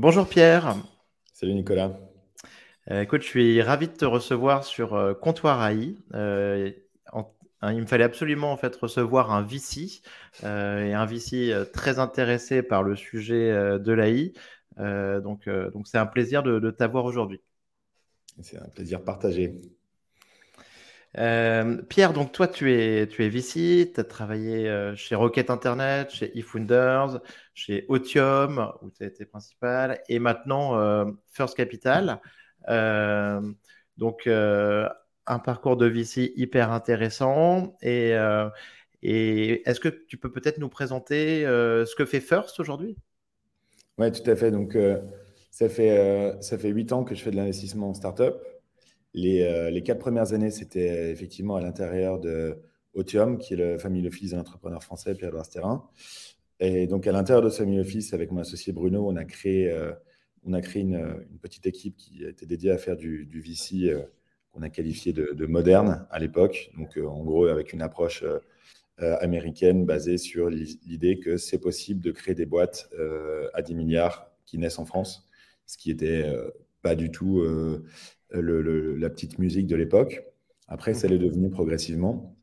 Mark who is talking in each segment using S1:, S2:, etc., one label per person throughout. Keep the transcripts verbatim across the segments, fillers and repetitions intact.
S1: Bonjour Pierre.
S2: Salut Nicolas.
S1: Euh, écoute, je suis ravi de te recevoir sur euh, Comptoir A I. Euh, en- hein, il me fallait absolument en fait recevoir un V C euh, et un V C euh, très intéressé par le sujet euh, de l'A I. Euh, donc, euh, donc c'est un plaisir de, de t'avoir aujourd'hui.
S2: C'est un plaisir partagé.
S1: Euh, Pierre, donc toi tu es, tu es V C, tu as travaillé euh, chez Rocket Internet, chez eFounders, chez Otium, où tu as été principal, et maintenant euh, First Capital. Euh, donc euh, un parcours de V C hyper intéressant. Et, euh, et est-ce que tu peux peut-être nous présenter euh, ce que fait First aujourd'hui?
S2: Ouais, tout à fait. Donc, euh, ça fait, euh, ça fait huit ans que je fais de l'investissement en startup. Les, euh, les quatre premières années, c'était effectivement à l'intérieur de Otium, qui est le family office de l'entrepreneur français Pierre Terrain. Et donc, à l'intérieur de ce family office, avec mon associé Bruno, on a créé, euh, on a créé une, une petite équipe qui était dédiée à faire du, du V C euh, qu'on a qualifié de, de moderne à l'époque. Donc, euh, en gros, avec une approche euh, euh, américaine basée sur l'idée que c'est possible de créer des boîtes euh, à dix milliards qui naissent en France, ce qui était euh, pas du tout euh, le, le, la petite musique de l'époque. Après, ça l'est
S1: Mhm.
S2: devenu progressivement.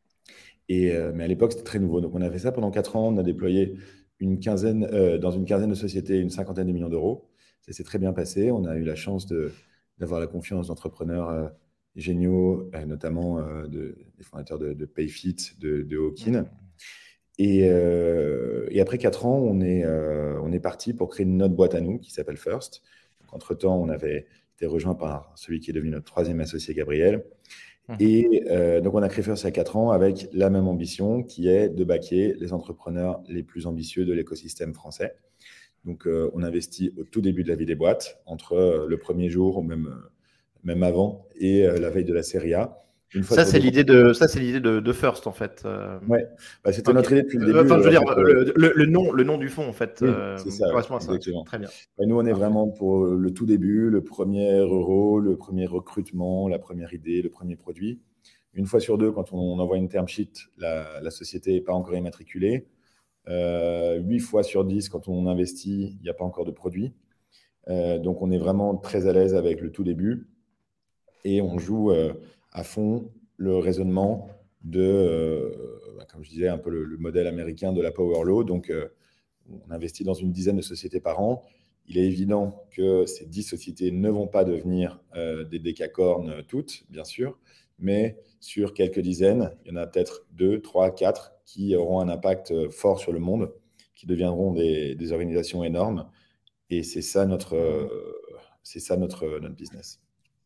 S2: Et, euh, mais à l'époque, c'était très nouveau. Donc, on a fait ça pendant quatre ans. On a déployé une quinzaine, euh, dans une quinzaine de sociétés, une cinquantaine de millions d'euros. Ça s'est très bien passé. On a eu la chance de, d'avoir la confiance d'entrepreneurs euh, géniaux, euh, notamment euh, de, des fondateurs de, de Payfit, de, de Hawkin.
S1: Mhm.
S2: Et, euh, et après quatre ans, on est, euh, on est parti pour créer notre boîte à nous qui s'appelle First. Donc, entre-temps, on avait été rejoint par celui qui est devenu notre troisième associé, Gabriel.
S1: Mhm.
S2: Et euh, donc, on a créé First il y a quatre ans avec la même ambition qui est de backer les entrepreneurs les plus ambitieux de l'écosystème français. Donc, euh, on investit au tout début de la vie des boîtes, entre euh, le premier jour ou même, euh, même avant et euh, la veille de la série A. Une fois
S1: Ça,
S2: sur
S1: c'est
S2: deux.
S1: l'idée de, ça, c'est l'idée de, de First, en fait. Euh,
S2: Ouais, bah, c'était
S1: Ok.
S2: notre idée depuis le
S1: Euh,
S2: début.
S1: Enfin, je
S2: euh,
S1: veux
S2: En
S1: dire,
S2: fait, euh,
S1: le, le- le nom, le nom du fond, en fait,
S2: oui,
S1: euh,
S2: c'est ça, ouais,
S1: correspond à ça.
S2: exactement.
S1: Très bien.
S2: Et nous, on est
S1: Parfait.
S2: vraiment pour le tout début, le premier euro, le premier recrutement, la première idée, le premier produit. Une fois sur deux, quand on envoie une term sheet, la, la société n'est pas encore immatriculée. Euh, huit fois sur dix, quand on investit, il n'y a pas encore de produit. Euh, donc, on est vraiment très à l'aise avec le tout début et on joue euh, à fond le raisonnement de, euh, bah, comme je disais, un peu le, le modèle américain de la Power Law. Donc, euh, on investit dans une dizaine de sociétés par an. Il est évident que ces dix sociétés ne vont pas devenir euh, des décacornes toutes, bien sûr, mais sur quelques dizaines, il y en a peut-être deux, trois, quatre qui auront un impact fort sur le monde, qui deviendront des, des organisations énormes. Et c'est ça notre, euh, c'est ça notre, notre business.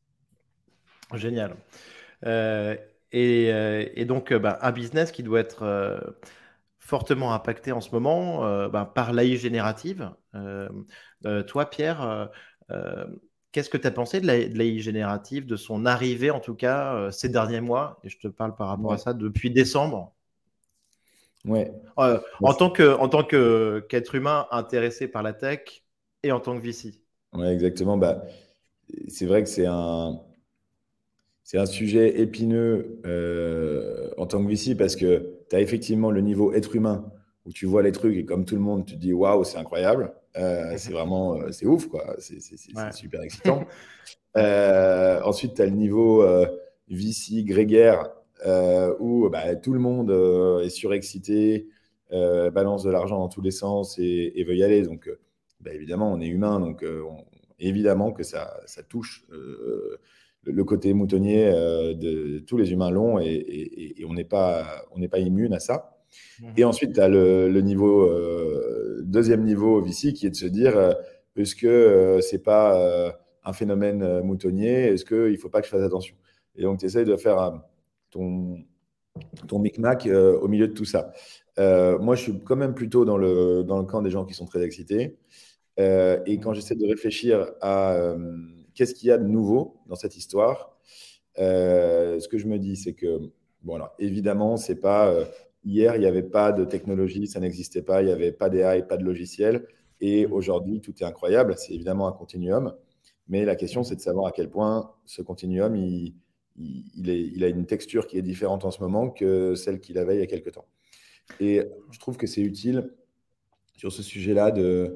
S1: Génial. Euh, et, euh, et donc, euh, bah, un business qui doit être euh, fortement impacté en ce moment euh, bah, par l'A I générative. Euh, euh, toi, Pierre, euh, euh, qu'est-ce que tu as pensé de l'A I de l'A I générative, de son arrivée en tout cas euh, ces derniers mois? Et je te parle par rapport à
S2: Ouais,
S1: ça depuis décembre.
S2: ouais.
S1: Euh,
S2: Bah,
S1: en
S2: c'est-
S1: tant que, en tant que, qu'être humain intéressé par la tech et en tant que V C.
S2: ouais, exactement. Bah, c'est vrai que c'est un, c'est un sujet épineux euh, en tant que V C parce que tu as effectivement le niveau être humain où tu vois les trucs et comme tout le monde, tu te dis waouh, c'est incroyable. Euh, c'est vraiment, euh, c'est ouf, quoi. C'est c'est- c'est- c'est
S1: Ouais.
S2: super excitant.
S1: Ouais.
S2: Euh, ensuite, tu as le niveau euh, V C grégaire euh, où bah, tout le monde euh, est surexcité, euh, balance de l'argent dans tous les sens et, et veut y aller. Donc, euh, bah, évidemment, on est humain, donc euh, on- évidemment que ça, ça touche euh, le, le côté moutonnier euh, de tous les humains l'ont et, et- et on n'est pas, on n'est pas immune à ça. Et
S1: Mhm.
S2: ensuite, tu as le, le niveau, euh, deuxième niveau V C qui est de se dire, euh, puisque euh, c'est pas euh, un phénomène euh, moutonnier, est-ce qu'il ne faut pas que je fasse attention? Et donc, tu essayes de faire euh, ton, ton micmac euh, au milieu de tout ça. Euh, moi, je suis quand même plutôt dans le, dans le camp des gens qui sont très excités. Euh, et quand j'essaie de réfléchir à euh, qu'est-ce qu'il y a de nouveau dans cette histoire, euh, ce que je me dis, c'est que, bon, alors, évidemment, c'est pas euh, hier, il n'y avait pas de technologie, ça n'existait pas, il n'y avait pas d'A I, pas de logiciel. Et
S1: Mhm.
S2: aujourd'hui, tout est incroyable. C'est évidemment un continuum. Mais la question, c'est de savoir à quel point ce continuum, il, il, il est- il a une texture qui est différente en ce moment que celle qu'il avait il y a quelques temps. Et je trouve que c'est utile sur ce sujet-là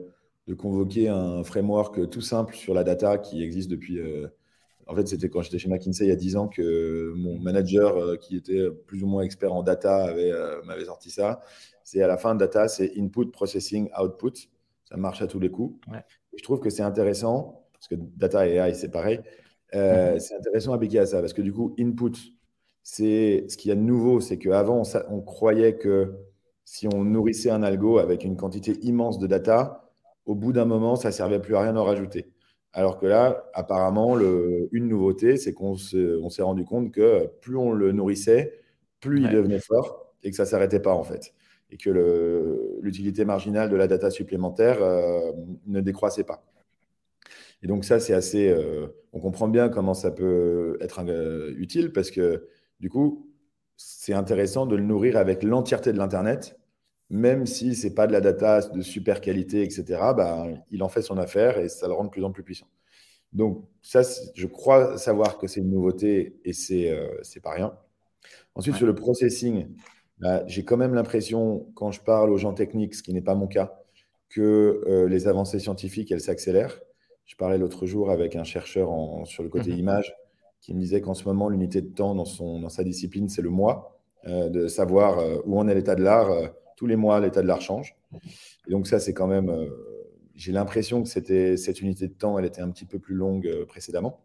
S2: de convoquer un framework tout simple sur la data qui existe depuis. Euh, en fait, c'était quand j'étais chez McKinsey il y a dix ans que mon manager, euh, qui était plus ou moins expert en data, avait, euh, m'avait sorti ça. C'est à la fin, data, c'est input, processing, output. Ça marche à tous les coups.
S1: Ouais.
S2: Et je trouve que c'est intéressant, parce que data et A I, c'est pareil. Euh,
S1: Mhm.
S2: c'est intéressant d'appliquer à ça, parce que du coup, input, c'est ce qu'il y a de nouveau, c'est qu'avant, on, on croyait que si on nourrissait un algo avec une quantité immense de data, au bout d'un moment, ça ne servait plus à rien d'en rajouter. Alors que là, apparemment, le, une nouveauté, c'est qu'on se- on s'est rendu compte que plus on le nourrissait, plus il
S1: Ouais.
S2: devenait fort et que ça ne s'arrêtait pas en fait. Et que le- l'utilité marginale de la data supplémentaire euh, ne décroissait pas. Et donc ça, c'est assez. Euh, on comprend bien comment ça peut être euh, utile parce que du coup, c'est intéressant de le nourrir avec l'entièreté de l'Internet, même si c'est pas de la data de super qualité, et cetera. Bah, il en fait son affaire et ça le rend de plus en plus puissant. Donc ça, c'est- je crois savoir que c'est une nouveauté et c'est euh, c'est pas rien. Ensuite,
S1: Ouais.
S2: sur le processing, bah, j'ai quand même l'impression, quand je parle aux gens techniques, ce qui n'est pas mon cas, que euh, les avancées scientifiques, elles s'accélèrent. Je parlais l'autre jour avec un chercheur en- sur le côté
S1: Mhm.
S2: image qui me disait qu'en ce moment, l'unité de temps dans, son, dans sa discipline, c'est le mois, euh, de savoir euh, où en est l'état de l'art. Euh, tous les mois, l'état de l'art change. Et donc ça, c'est quand même... euh, j'ai l'impression que c'était, cette unité de temps, elle était un petit peu plus longue euh, précédemment.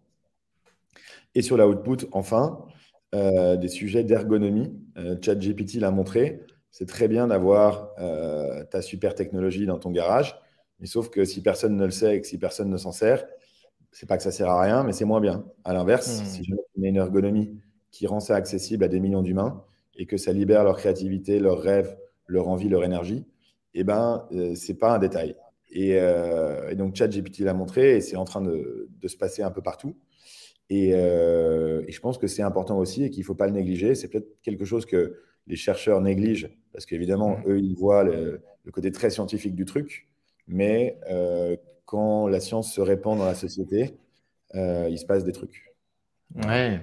S2: Et sur la output, enfin, euh, des sujets d'ergonomie. Euh, ChatGPT l'a montré. C'est très bien d'avoir euh, ta super technologie dans ton garage, mais sauf que si personne ne le sait et que si personne ne s'en sert, c'est pas que ça sert à rien, mais c'est moins bien. À l'inverse, si
S1: Mhm.
S2: jamais tu mets une ergonomie qui rend ça accessible à des millions d'humains et que ça libère leur créativité, leurs rêves, leur envie, leur énergie, eh ben, euh, c'est pas un détail. Et, euh, et donc, ChatGPT l'a montré et c'est en train de, de se passer un peu partout. Et, euh, et je pense que c'est important aussi et qu'il ne faut pas le négliger. C'est peut-être quelque chose que les chercheurs négligent parce qu'évidemment,
S1: Mhm.
S2: eux, ils voient le, le côté très scientifique du truc. Mais euh, quand la science se répand dans la société, euh, il se passe des trucs. Voilà.
S1: Ouais.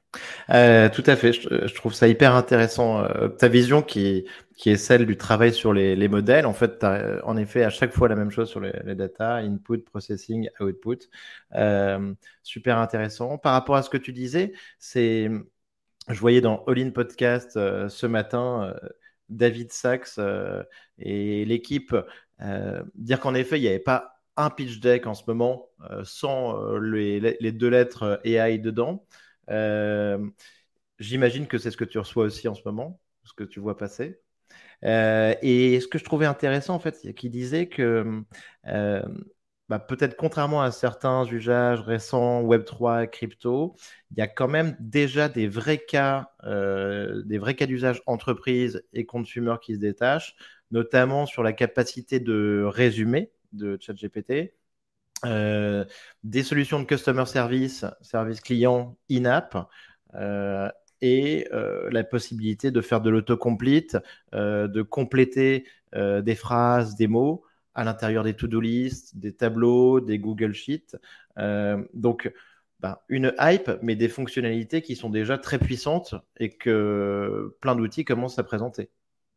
S1: Euh, tout à fait. Je, je trouve ça hyper intéressant. Euh, ta vision qui, qui est celle du travail sur les, les modèles. En fait, tu as en effet à chaque fois la même chose sur les, les data, input, processing, output. Euh, super intéressant. Par rapport à ce que tu disais, c'est, je voyais dans All In Podcast euh, ce matin euh, David Sachs euh, et l'équipe euh, dire qu'en effet, il n'y avait pas un pitch deck en ce moment euh, sans euh, les, les deux lettres A I dedans. Euh, J'imagine que c'est ce que tu reçois aussi en ce moment, ce que tu vois passer. Euh, et ce que je trouvais intéressant, en fait, c'est qu'il disait que euh, bah, peut-être contrairement à certains usages récents, web trois, crypto, il y a quand même déjà des vrais cas, euh, des vrais cas d'usage entreprise et consumer qui se détachent, notamment sur la capacité de résumé de ChatGPT, euh, des solutions de customer service, service client in-app, euh, et euh, la possibilité de faire de l'autocomplete, euh, de compléter euh, des phrases, des mots à l'intérieur des to-do list, des tableaux, des Google Sheets. Euh, donc, bah, une hype, mais des fonctionnalités qui sont déjà très puissantes et que plein d'outils commencent à présenter.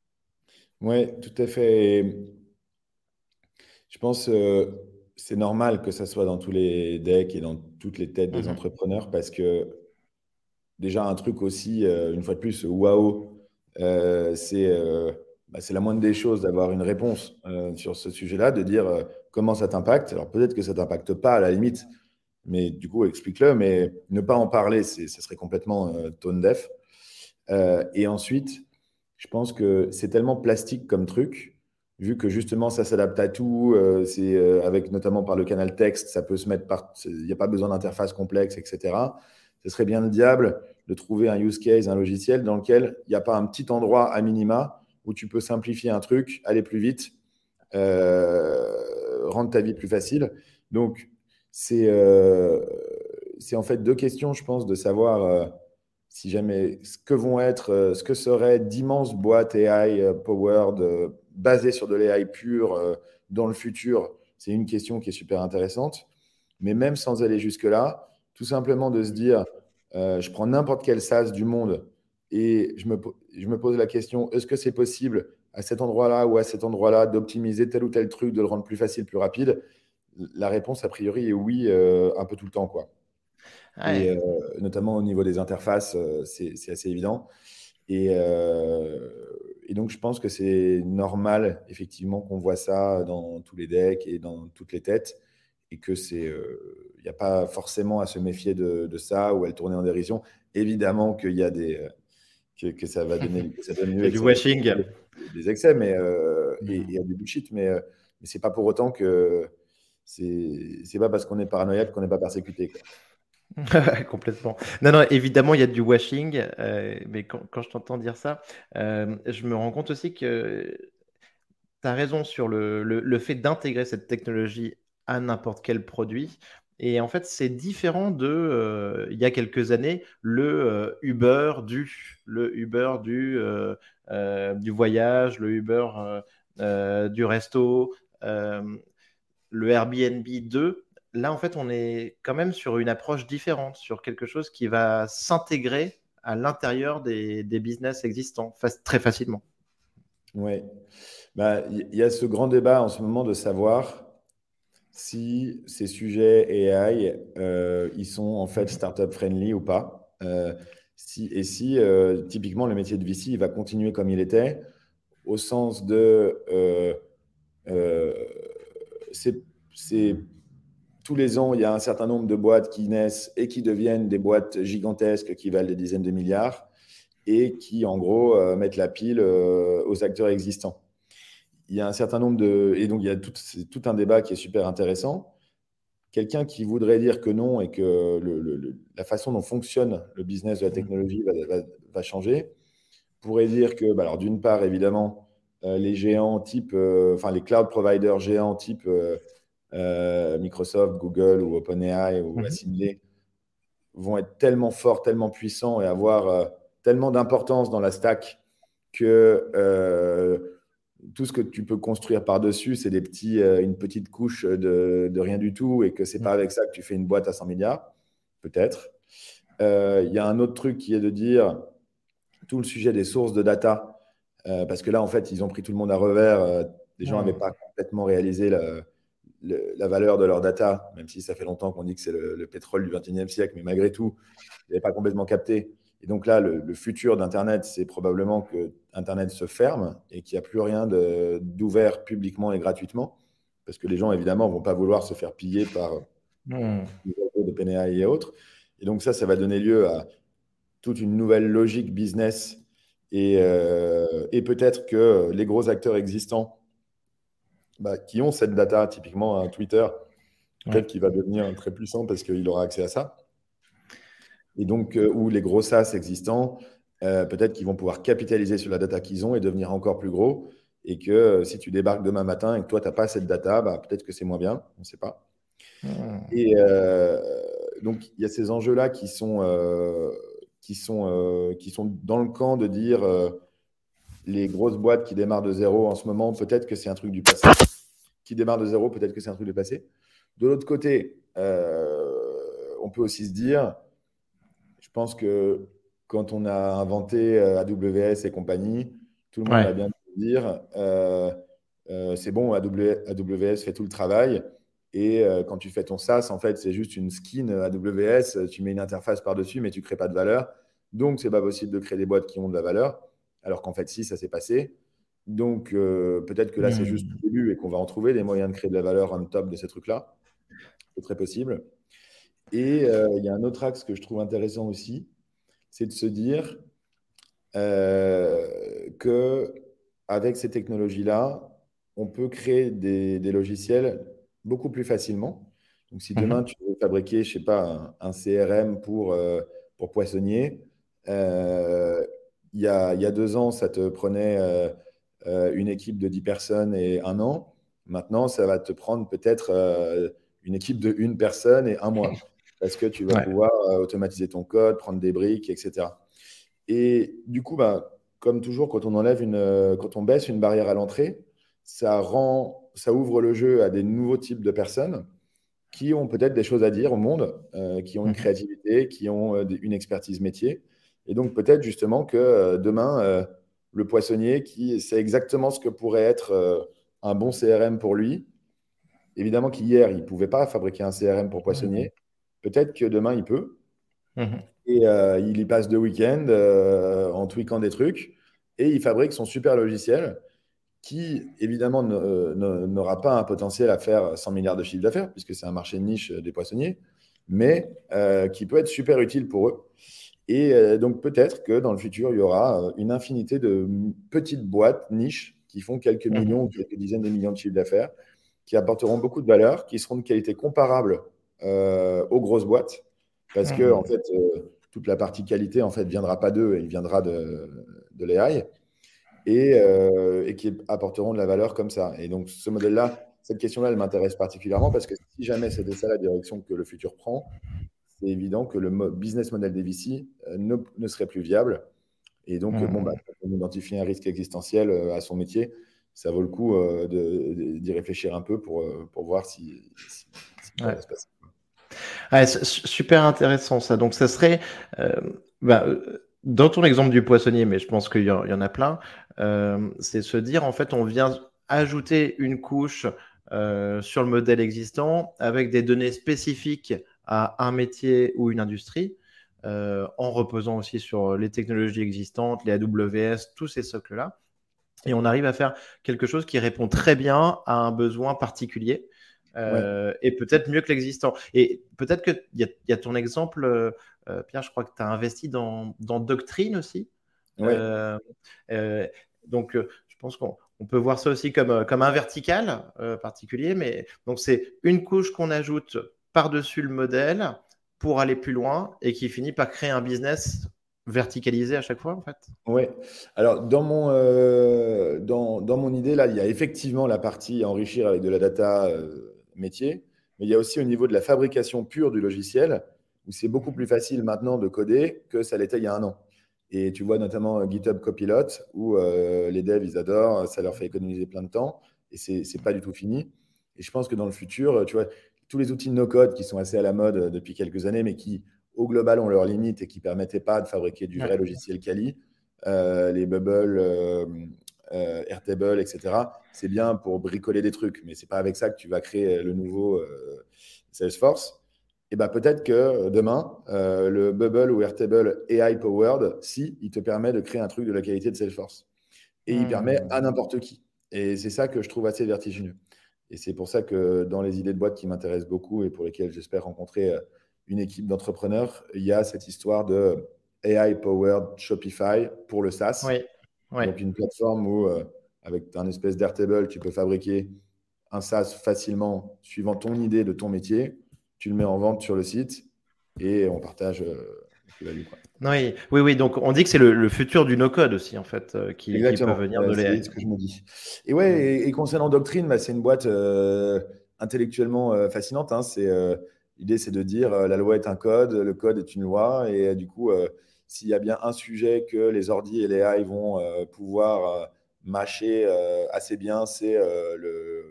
S2: Oui, tout à fait. Je pense que c'est normal que ça soit dans tous les decks et dans toutes les têtes des
S1: Mhm.
S2: entrepreneurs parce que déjà un truc aussi, euh, une fois de plus, waouh, euh, c'est euh, bah, c'est la moindre des choses d'avoir une réponse euh, sur ce sujet-là, de dire euh, comment ça t'impacte. Alors peut-être que ça t'impacte pas à la limite, mais du coup explique-le, mais ne pas en parler, c'est, ça serait complètement euh, tone deaf. Euh, et ensuite, je pense que c'est tellement plastique comme truc, vu que justement ça s'adapte à tout, euh, c'est euh, avec notamment par le canal texte, ça peut se mettre par, il n'y a pas besoin d'interface complexe, et cetera. Ce serait bien le diable de trouver un use case, un logiciel dans lequel il n'y a pas un petit endroit à minima où tu peux simplifier un truc, aller plus vite, euh, rendre ta vie plus facile. Donc, c'est euh, c'est en fait deux questions, je pense, de savoir euh, si jamais ce que vont être, euh, ce que seraient d'immenses boîtes A I euh, powered, euh, basées sur de l'A I pure euh, dans le futur. C'est une question qui est super intéressante. Mais même sans aller jusque-là, tout simplement de se dire, euh, je prends n'importe quel SaaS du monde et je me, po- je me pose la question, est-ce que c'est possible à cet endroit-là ou à cet endroit-là, d'optimiser tel ou tel truc, de le rendre plus facile, plus rapide? La réponse, a priori, est oui, euh, un peu tout le temps, quoi. Et
S1: Ouais.
S2: euh, notamment au niveau des interfaces, euh, c'est c'est assez évident. Et, euh, et donc, je pense que c'est normal, effectivement, qu'on voit ça dans tous les decks et dans toutes les têtes, et que c'est, euh, il n'y a pas forcément à se méfier de, de ça ou à le tourner en dérision. Évidemment qu'il y a des, euh, que, que ça va donner, que ça donne
S1: Il
S2: lieu
S1: y a
S2: et que
S1: du
S2: ça donne
S1: washing.
S2: des excès, mais euh, et, et il y
S1: Mhm.
S2: a du bullshit, mais euh, mais c'est pas pour autant que c'est c'est pas parce qu'on est paranoïaque qu'on n'est pas persécuté, quoi.
S1: Complètement. Non, non, évidemment, il y a du washing, euh, mais quand, quand je t'entends dire ça, euh, je me rends compte aussi que tu as raison sur le, le, le fait d'intégrer cette technologie à n'importe quel produit. Et en fait, c'est différent de, euh, il y a quelques années, le euh, Uber du, le Uber du, euh, euh, du voyage, le Uber euh, euh, du resto, euh, le Airbnb deux. Là, en fait, on est quand même sur une approche différente, sur quelque chose qui va s'intégrer à l'intérieur des, des business existants fa- très facilement.
S2: Ouais. Bah, il y, y a ce grand débat en ce moment de savoir si ces sujets A I, euh, ils sont en fait startup friendly ou pas. Euh, si, et si euh, typiquement le métier de V C il va continuer comme il était, au sens de euh, euh, c'est c'est tous les ans, il y a un certain nombre de boîtes qui naissent et qui deviennent des boîtes gigantesques qui valent des dizaines de milliards et qui, en gros, euh, mettent la pile euh, aux acteurs existants. Il y a un certain nombre de... Et donc, il y a tout, c'est tout un débat qui est super intéressant. Quelqu'un qui voudrait dire que non et que le, le, le, la façon dont fonctionne le business de la technologie va, va, va changer, pourrait dire que, bah alors d'une part, évidemment, euh, les géants type, euh, enfin les cloud providers géants type euh, euh, Microsoft, Google ou OpenAI ou
S1: Mhm.
S2: assimilés vont être tellement forts, tellement puissants et avoir euh, tellement d'importance dans la stack que euh, tout ce que tu peux construire par-dessus, c'est des petits, euh, une petite couche de, de rien du tout et que c'est pas
S1: Mhm.
S2: avec ça que tu fais une boîte à cent milliards, peut-être. Euh, Il y a un autre truc qui est de dire tout le sujet des sources de data, euh, parce que là, en fait, ils ont pris tout le monde à revers. Euh, les gens n'avaient
S1: Mhm.
S2: pas complètement réalisé la, le- la valeur de leur data, même si ça fait longtemps qu'on dit que c'est le, le pétrole du vingt et unième siècle, mais malgré tout, ils n'avaient pas complètement capté. Et donc là, le, le futur d'Internet, c'est probablement que Internet se ferme et qu'il n'y a plus rien de- d'ouvert publiquement et gratuitement, parce que les gens, évidemment, ne vont pas vouloir se faire piller par
S1: Mhm.
S2: les réseaux d'OpenAI et autres. Et donc ça, ça va donner lieu à toute une nouvelle logique business. Et, euh, et peut-être que les gros acteurs existants bah, qui ont cette data, typiquement un Twitter,
S1: Ouais.
S2: peut-être qu'il va devenir très puissant parce qu'il aura accès à ça. Et donc, euh, ou les gros SaaS existants, euh, peut-être qu'ils vont pouvoir capitaliser sur la data qu'ils ont et devenir encore plus gros. Et que euh, si tu débarques demain matin et que toi, tu n'as pas cette data, bah, peut-être que c'est moins bien, on ne sait pas.
S1: Mhm.
S2: Et euh, donc, il y a ces enjeux-là qui sont, euh, qui, sont, euh, qui sont dans le camp de dire euh, les grosses boîtes qui démarrent de zéro en ce moment, peut-être que c'est un truc du passé. Qui démarrent de zéro, peut-être que c'est un truc du passé. De l'autre côté, euh, on peut aussi se dire, je pense que quand on a inventé euh, A W S et compagnie, tout le monde
S1: Ouais.
S2: a bien pu dire, euh, euh, c'est bon, A W S fait tout le travail. Et euh, quand tu fais ton SaaS, en fait, c'est juste une skin A W S, tu mets une interface par-dessus, mais tu ne crées pas de valeur. Donc, ce n'est pas possible de créer des boîtes qui ont de la valeur. Alors qu'en fait, si, ça s'est passé. Donc, euh, peut-être que là, c'est juste le
S1: Mhm.
S2: début et qu'on va en trouver des moyens de créer de la valeur on top de ces trucs-là. C'est très possible. Et euh, il y a un autre axe que je trouve intéressant aussi, c'est de se dire euh, que avec ces technologies-là, on peut créer des, des logiciels beaucoup plus facilement. Donc, si demain
S1: Mhm.
S2: tu veux fabriquer, je sais pas, un, un C R M pour, euh, pour poissonnier, euh, il y a, il y a deux ans, ça te prenait euh, euh, une équipe de dix personnes et un an. Maintenant, ça va te prendre peut-être euh, une équipe de une personne et un mois, parce que tu vas
S1: Ouais.
S2: pouvoir euh, automatiser ton code, prendre des briques, et cetera. Et du coup, bah, comme toujours, quand on enlève une, euh, quand on baisse une barrière à l'entrée, ça rend, ça ouvre le jeu à des nouveaux types de personnes qui ont peut-être des choses à dire au monde, euh, qui ont une
S1: Mhm.
S2: créativité, qui ont euh, des- une expertise métier. Et donc peut-être justement que euh, demain, euh, le poissonnier qui sait exactement ce que pourrait être euh, un bon C R M pour lui. Évidemment qu'hier, il ne pouvait pas fabriquer un C R M pour
S1: Mhm.
S2: poissonnier. Peut-être que demain, il peut.
S1: Mhm.
S2: Et euh, il y passe deux week-ends euh, en tweakant des trucs. Et il fabrique son super logiciel qui, évidemment, ne- ne- n'aura pas un potentiel à faire cent milliards de chiffre d'affaires, puisque c'est un marché de niche des poissonniers, mais euh, qui peut être super utile pour eux. Et euh, donc, peut-être que dans le futur, il y aura euh, une infinité de petites boîtes niches qui font quelques millions ou
S1: Mhm.
S2: quelques dizaines de millions de chiffres d'affaires, qui apporteront beaucoup de valeur, qui seront de qualité comparable euh, aux grosses boîtes, parce que en
S1: Mhm.
S2: fait, euh, toute la partie qualité en fait viendra pas d'eux, elle viendra de, de l'A I et, euh, et qui apporteront de la valeur comme ça. Et donc, ce modèle-là, cette question-là, elle m'intéresse particulièrement parce que si jamais c'était ça la direction que le futur prend, c'est évident que le mo- business model des V C euh, ne, ne serait plus viable. Et donc, euh, bon, bah,
S1: Mhm.
S2: quand on identifie un risque existentiel euh, à son métier, ça vaut le coup euh, de- de- d'y réfléchir un peu pour, euh, pour voir si, si- si ça
S1: Ouais.
S2: va se passer.
S1: Ouais, c'est su- super intéressant ça. Donc, ça serait, euh, bah, euh, dans ton exemple du poissonnier, mais je pense qu'il y, en il y en a plein, euh, c'est se dire, en fait, on vient ajouter une couche euh, sur le modèle existant avec des données spécifiques à un métier ou une industrie, euh, en reposant aussi sur les technologies existantes, les A W S, tous ces socles-là. Et on arrive à faire quelque chose qui répond très bien à un besoin particulier.
S2: Ouais,
S1: Euh, et peut-être mieux que l'existant. Et peut-être qu'il y, y a ton exemple, euh, Pierre, je crois que tu as investi dans, dans Doctrine aussi.
S2: ouais,
S1: Euh, euh, donc, euh, je pense qu'on on peut voir ça aussi comme, euh, comme un vertical euh, particulier. Mais donc, c'est une couche qu'on ajoute par-dessus le modèle pour aller plus loin et qui finit par créer un business verticalisé à chaque fois, en fait.
S2: ouais. Alors, dans mon, euh, dans, dans mon idée, là, il y a effectivement la partie enrichir avec de la data euh, métier, mais il y a aussi au niveau de la fabrication pure du logiciel, où c'est beaucoup plus facile maintenant de coder que ça l'était il y a un an. Et tu vois notamment euh, GitHub Copilot, où euh, les devs, ils adorent, ça leur fait économiser plein de temps, et c'est c'est pas du tout fini. Et je pense que dans le futur, tu vois, tous les outils de no-code qui sont assez à la mode euh, depuis quelques années, mais qui, au global, ont leurs limites et qui ne permettaient pas de fabriquer du vrai
S1: Ouais.
S2: logiciel quali, euh, les bubbles, euh, euh, Airtable, et cetera. C'est bien pour bricoler des trucs, mais c'est pas avec ça que tu vas créer le nouveau euh, Salesforce. Et ben peut-être que demain, euh, le Bubble ou Airtable A I Powered, si, il te permet de créer un truc de la qualité de Salesforce. Et il permet à
S1: Hmm.
S2: n'importe qui. Et c'est ça que je trouve assez vertigineux. Et c'est pour ça que dans les idées de boîte qui m'intéressent beaucoup et pour lesquelles j'espère rencontrer euh, une équipe d'entrepreneurs, il y a cette histoire de A I-powered Shopify pour le SaaS.
S1: Oui, oui.
S2: Donc une plateforme où, euh, avec un espèce d'Airtable, tu peux fabriquer un SaaS facilement suivant ton idée de ton métier. Tu le mets en vente sur le site et on partage euh, la plus-value, quoi.
S1: Oui, oui, oui. Donc, on dit que c'est le, le futur du no-code aussi, en fait, euh, qui, qui peut
S2: Exactement,
S1: venir
S2: euh,
S1: de
S2: c'est
S1: l'A I.
S2: ce que je me dis. Et ouais,
S1: Hmm.
S2: et, et concernant Doctrine, bah, c'est une boîte euh, intellectuellement euh, fascinante, hein. C'est, euh, l'idée, c'est de dire euh, la loi est un code, le code est une loi, et euh, du coup, euh, s'il y a bien un sujet que les ordi et les A I vont euh, pouvoir euh, mâcher euh, assez bien, c'est euh, le,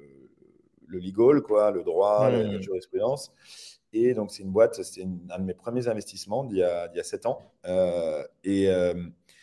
S2: le legal, quoi, le droit, la, la
S1: Hmm.
S2: jurisprudence. Et donc, c'est une boîte, c'est une- un de mes premiers investissements d'il y a, d'il y a sept ans. Euh, et euh,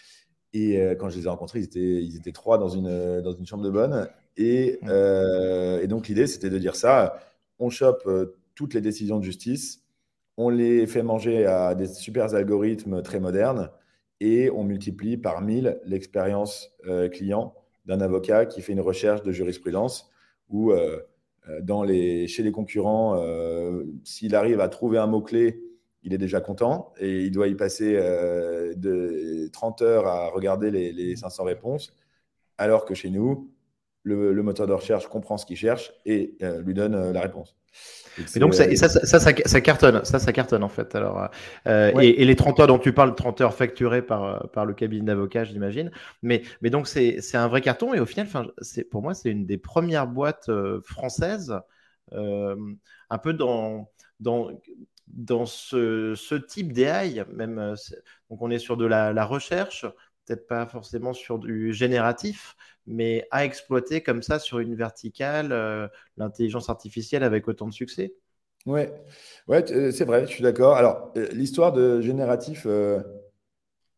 S2: et euh, quand je les ai rencontrés, ils étaient, ils étaient trois dans une, dans une chambre de bonne. Et,
S1: Hmm.
S2: euh, et donc, l'idée, c'était de dire ça. On chope euh, toutes les décisions de justice, on les fait manger à des super algorithmes très modernes et on multiplie par mille l'expérience euh, client d'un avocat qui fait une recherche de jurisprudence où, euh, euh, dans les, chez les concurrents, euh, s'il arrive à trouver un mot-clé, il est déjà content et il doit y passer euh, de trente heures à regarder les, les cinq cents réponses, alors que chez nous, le, le moteur de recherche comprend ce qu'il cherche et euh, lui donne euh, la réponse. Et
S1: Mais
S2: c'est,
S1: donc, ça,
S2: euh,
S1: et ça, ça, ça, ça- ça cartonne. Ça, ça cartonne, en fait. Alors, euh,
S2: ouais,
S1: et, et les trente heures dont tu parles, trente heures facturées par, euh, par le cabinet d'avocat, j'imagine. Mais, mais donc, c'est c'est un vrai carton. Et au final, enfin, c'est, pour moi, c'est une des premières boîtes euh, françaises, euh, un peu dans, dans, dans ce, ce type d'A I. Même, euh, c'est- donc, on est sur de la, la recherche, peut-être pas forcément sur du génératif, mais à exploiter comme ça sur une verticale, euh, l'intelligence artificielle avec autant de succès.
S2: ouais, ouais, t- euh, c'est vrai, je suis d'accord. Alors, euh, l'histoire de génératif, euh,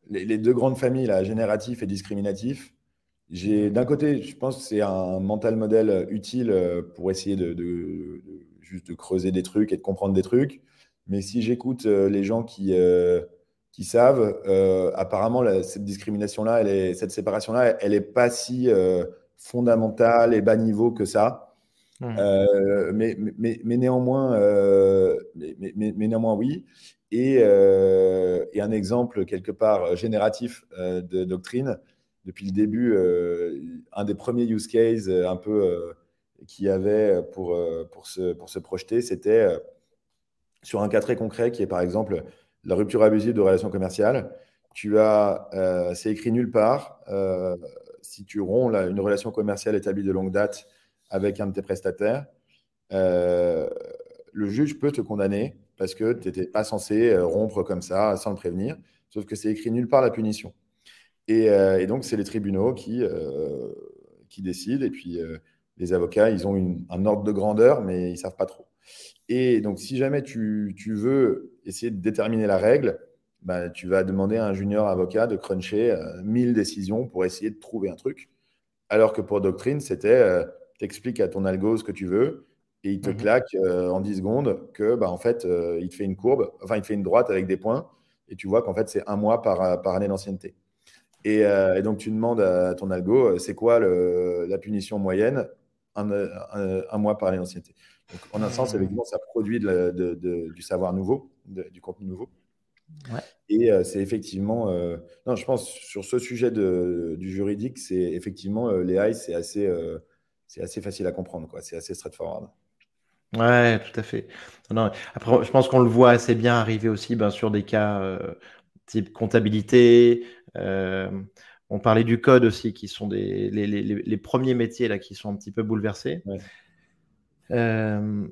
S2: les, les deux grandes familles, là, génératif et discriminatif. J'ai, d'un côté, je pense que c'est un mental modèle utile euh, pour essayer de, de- de- juste de creuser des trucs et de comprendre des trucs. Mais si j'écoute euh, les gens qui, euh, qui savent, euh, apparemment, la- cette discrimination-là, elle est, cette séparation-là, elle n'est pas si euh, fondamentale et bas niveau que ça.
S1: Mhm.
S2: Euh, mais, mais, mais néanmoins, euh, mais, mais- mais- mais néanmoins, oui. Et, euh, et un exemple quelque part génératif euh, de doctrine, depuis le début, euh, un des premiers use cases euh, un peu euh, qu'il y avait pour, euh, pour, se, pour se projeter, c'était euh, sur un cas très concret qui est par exemple la rupture abusive de relations commerciales. Tu as, euh, c'est écrit nulle part, euh, si tu romps là, une relation commerciale établie de longue date avec un de tes prestataires, euh, le juge peut te condamner parce que tu n'étais pas censé euh, rompre comme ça sans le prévenir, sauf que c'est écrit nulle part la punition. Et, euh, et donc, c'est les tribunaux qui, euh, qui décident, et puis euh, les avocats, ils ont une- un ordre de grandeur, mais ils ne savent pas trop. Et donc, si jamais tu, tu veux essayer de déterminer la règle, bah, tu vas demander à un junior avocat de cruncher euh, mille décisions pour essayer de trouver un truc. Alors que pour Doctrine, c'était euh, t'expliques à ton algo ce que tu veux et il te
S1: Mhm.
S2: claque euh, en dix secondes que bah, en fait, euh, il te fait une courbe, enfin, il te fait une droite avec des points et tu vois qu'en fait, c'est un mois par, par année d'ancienneté. Et, euh, et donc, tu demandes à ton algo, euh, c'est quoi le- la punition moyenne un, un- un mois par année d'ancienneté. Donc, en un sens,
S1: Mhm.
S2: effectivement, ça produit de la- de- de- du savoir nouveau, de- du contenu nouveau.
S1: Ouais.
S2: Et euh, c'est effectivement, euh, non, je pense sur ce sujet de, du juridique, c'est effectivement euh, l'A I, c'est assez, euh, c'est assez facile à comprendre, quoi. C'est assez straightforward.
S1: Ouais, tout à fait. Non, non. Après, je pense qu'on le voit assez bien arriver aussi ben, sur des cas euh, type comptabilité. euh, on parlait du code aussi, qui sont des, les, les- les- les premiers métiers là, qui sont un petit peu bouleversés.
S2: Ouais.
S1: Euh,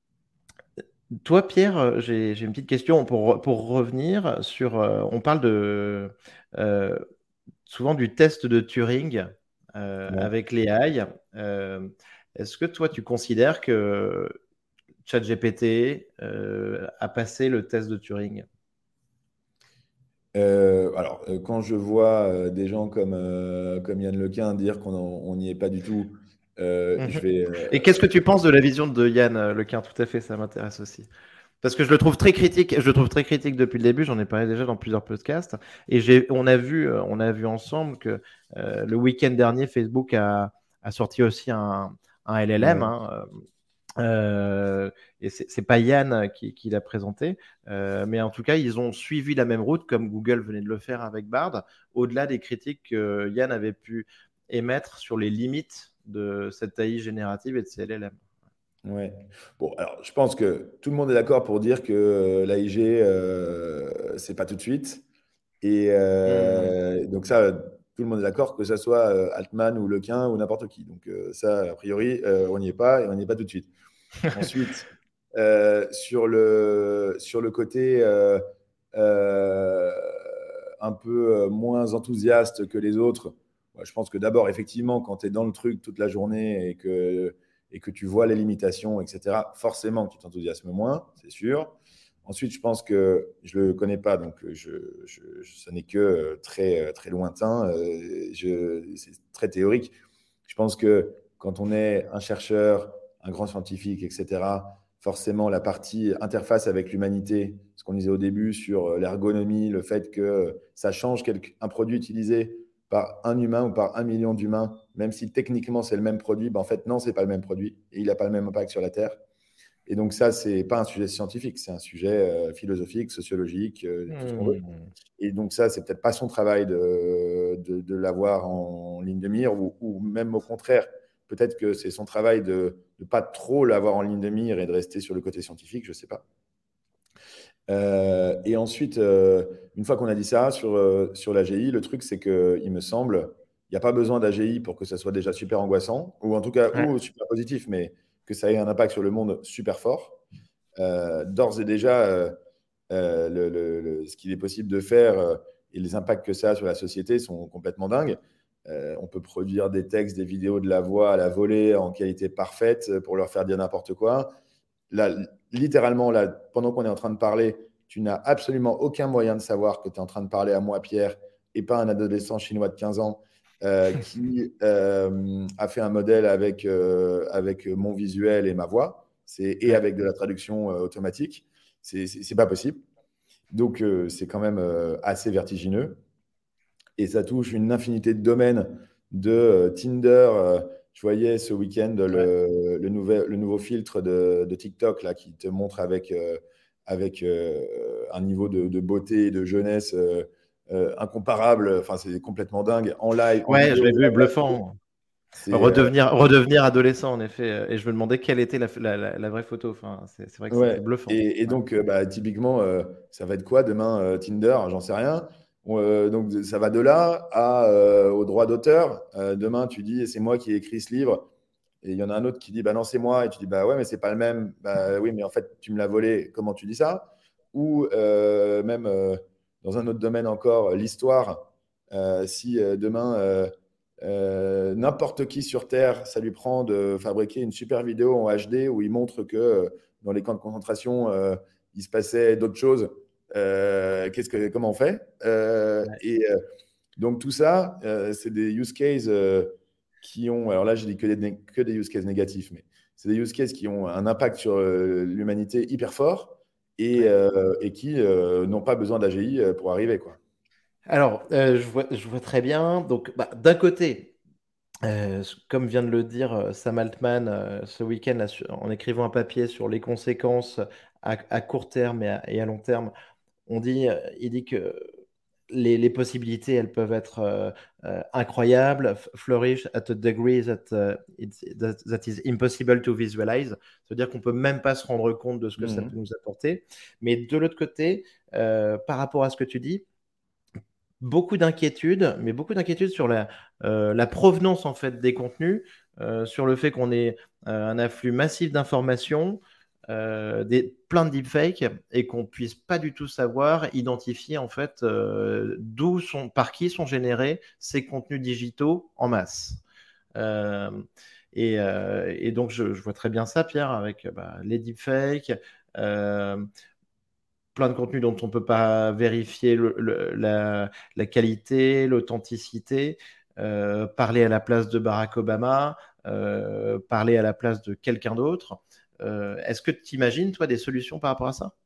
S1: Toi, Pierre, euh, j'ai, j'ai une petite question pour, pour revenir sur. Euh, on parle de, euh, souvent du test de Turing euh,
S2: Ouais.
S1: avec les A I. Euh, est-ce que toi, tu considères que ChatGPT euh, a passé le test de Turing?
S2: Euh, alors, euh, quand je vois euh, des gens comme, euh, comme Yann Lequin dire qu'on on n'y est pas du tout, euh, je
S1: Mhm.
S2: vais.
S1: Et qu'est-ce
S2: euh,
S1: que tu penses de la vision de Yann euh, Lequin? Tout à fait, ça m'intéresse aussi. Parce que je le trouve très critique. Je le trouve très critique depuis le début. J'en ai parlé déjà dans plusieurs podcasts. Et j'ai, on a vu, euh, on a vu ensemble que euh, le week-end dernier, Facebook a, a sorti aussi un, un L L M.
S2: ouais.
S1: Hein, euh, et c'est c'est pas Yann qui, qui l'a présenté, euh, mais en tout cas, ils ont suivi la même route comme Google venait de le faire avec Bard, au-delà des critiques que Yann avait pu émettre sur les limites de cette A I générative et de ces L L M.
S2: Ouais. Bon, alors, je pense que tout le monde est d'accord pour dire que euh, l'A I G, euh, c'est pas tout de suite. Et
S1: Mmh.
S2: euh, donc ça, tout le monde est d'accord, que ça soit euh, Altman ou Lequin ou n'importe qui. Donc euh, ça, a priori, euh, on n'y est pas et on n'y est pas tout de suite. Ensuite, euh, sur le, sur le côté euh, euh, un peu euh, moins enthousiaste que les autres, moi, je pense que d'abord, effectivement, quand tu es dans le truc toute la journée et que, et que tu vois les limitations, et cetera, forcément, tu t'enthousiasmes moins, c'est sûr. Ensuite, je pense que je ne le connais pas, donc je, je, je- ça n'est que très, très lointain. euh, je- C'est très théorique. Je pense que quand on est un chercheur, un grand scientifique, et cetera, forcément, la partie interface avec l'humanité, ce qu'on disait au début sur l'ergonomie, le fait que ça change quelque- un produit utilisé par un humain ou par un million d'humains, même si techniquement c'est le même produit, ben en fait, non, c'est pas le même produit et il n'a pas le même impact sur la Terre. Et donc ça, c'est pas un sujet scientifique, c'est un sujet euh, philosophique, sociologique, euh, tout ce qu'on veut.
S1: Mmh.
S2: Et donc ça, c'est peut-être pas son travail de, de, de l'avoir en ligne de mire, ou, ou même au contraire, peut-être que c'est son travail de ne pas trop l'avoir en ligne de mire et de rester sur le côté scientifique, je sais pas. Euh, et ensuite, euh, une fois qu'on a dit ça sur, euh, sur l'A G I, le truc, c'est qu'il me semble, il n'y a pas besoin d'A G I pour que ça soit déjà super angoissant, ou en tout cas,
S1: Ouais.
S2: ou super positif, mais que ça ait un impact sur le monde super fort. Euh, d'ores et déjà, euh, euh, le, le- le- ce qu'il est possible de faire euh, et les impacts que ça a sur la société sont complètement dingues. Euh, on peut produire des textes, des vidéos, de la voix à la volée en qualité parfaite pour leur faire dire n'importe quoi. Là, littéralement, là, pendant qu'on est en train de parler, tu n'as absolument aucun moyen de savoir que tu es en train de parler à moi, Pierre, et pas un adolescent chinois de quinze ans euh, qui euh, a fait un modèle avec, euh, avec mon visuel et ma voix, c'est, et
S1: Ouais.
S2: avec de la traduction euh, automatique. C'est, c'est, c'est pas possible. Donc, euh, c'est quand même euh, assez vertigineux. Et ça touche une infinité de domaines de euh, Tinder. euh, je voyais ce week-end
S1: Ouais.
S2: le, le, nouvel, le nouveau filtre de, de TikTok là, qui te montre avec, euh, avec euh, un niveau de, de beauté et de jeunesse euh, euh, incomparable. Enfin, c'est complètement dingue. En live, en
S1: Ouais, je
S2: vidéo.
S1: l'ai vu, bluffant.
S2: C'est euh,
S1: Redevenir, redevenir adolescent, en effet. euh, Et je me demandais quelle était la, la- la- la vraie photo. Enfin, c'est c'est vrai que c'était
S2: ouais.
S1: bluffant.
S2: Et, et
S1: Ouais.
S2: donc, euh, bah, typiquement, euh, ça va être quoi demain, euh, Tinder? J'en sais rien. On, euh, donc, ça va de là à, euh, au droit d'auteur. Euh, demain, tu dis, c'est moi qui ai écrit ce livre. Et il y en a un autre qui dit, bah non, c'est moi. Et tu dis, bah ouais, mais c'est pas le même. Bah oui, mais en fait, tu me l'as volé. Comment tu dis ça? Ou euh, même euh, dans un autre domaine encore, l'histoire. Euh, si euh, demain, euh, euh, n'importe qui sur Terre, ça lui prend de fabriquer une super vidéo en H D où il montre que euh, dans les camps de concentration, euh, il se passait d'autres choses. Euh, qu'est-ce que, comment on fait? Euh,
S1: Ouais.
S2: et euh, donc tout ça, euh, c'est des use cases euh, qui ont, alors là je dis que des, que des use cases négatifs, mais c'est des use cases qui ont un impact sur euh, l'humanité hyper fort et,
S1: Ouais.
S2: euh, et qui euh, n'ont pas besoin d'A G I euh, pour arriver, quoi.
S1: Alors, euh, je vois, je vois très bien. Donc, bah, d'un côté, euh, comme vient de le dire euh, Sam Altman euh, ce week-end là, sur- en écrivant un papier sur les conséquences à, à court terme et à, et à long terme, on dit, euh, il dit que les, les possibilités, elles peuvent être euh, euh, incroyables, f- flourish at a degree that, uh, it's- that, that is impossible to visualize. Ça veut dire qu'on peut même pas se rendre compte de ce que ça peut
S2: Mhm.
S1: nous apporter. Mais de l'autre côté, euh, par rapport à ce que tu dis, beaucoup d'inquiétudes, mais beaucoup d'inquiétudes sur la, euh, la provenance en fait des contenus, euh, sur le fait qu'on ait euh, un afflux massif d'informations, euh, des, plein de deepfakes, et qu'on puisse pas du tout savoir identifier en fait euh, d'où sont, par qui sont générés ces contenus digitaux en masse. Euh, et, euh, et donc je, je vois très bien ça, Pierre, avec bah, les deepfakes. Euh, Plein de contenus dont on ne peut pas vérifier le- le- la, la qualité, l'authenticité, euh, parler à la place de Barack Obama, euh, parler à la place de quelqu'un d'autre. Euh, est-ce que tu imagines, toi, des solutions par rapport à ça?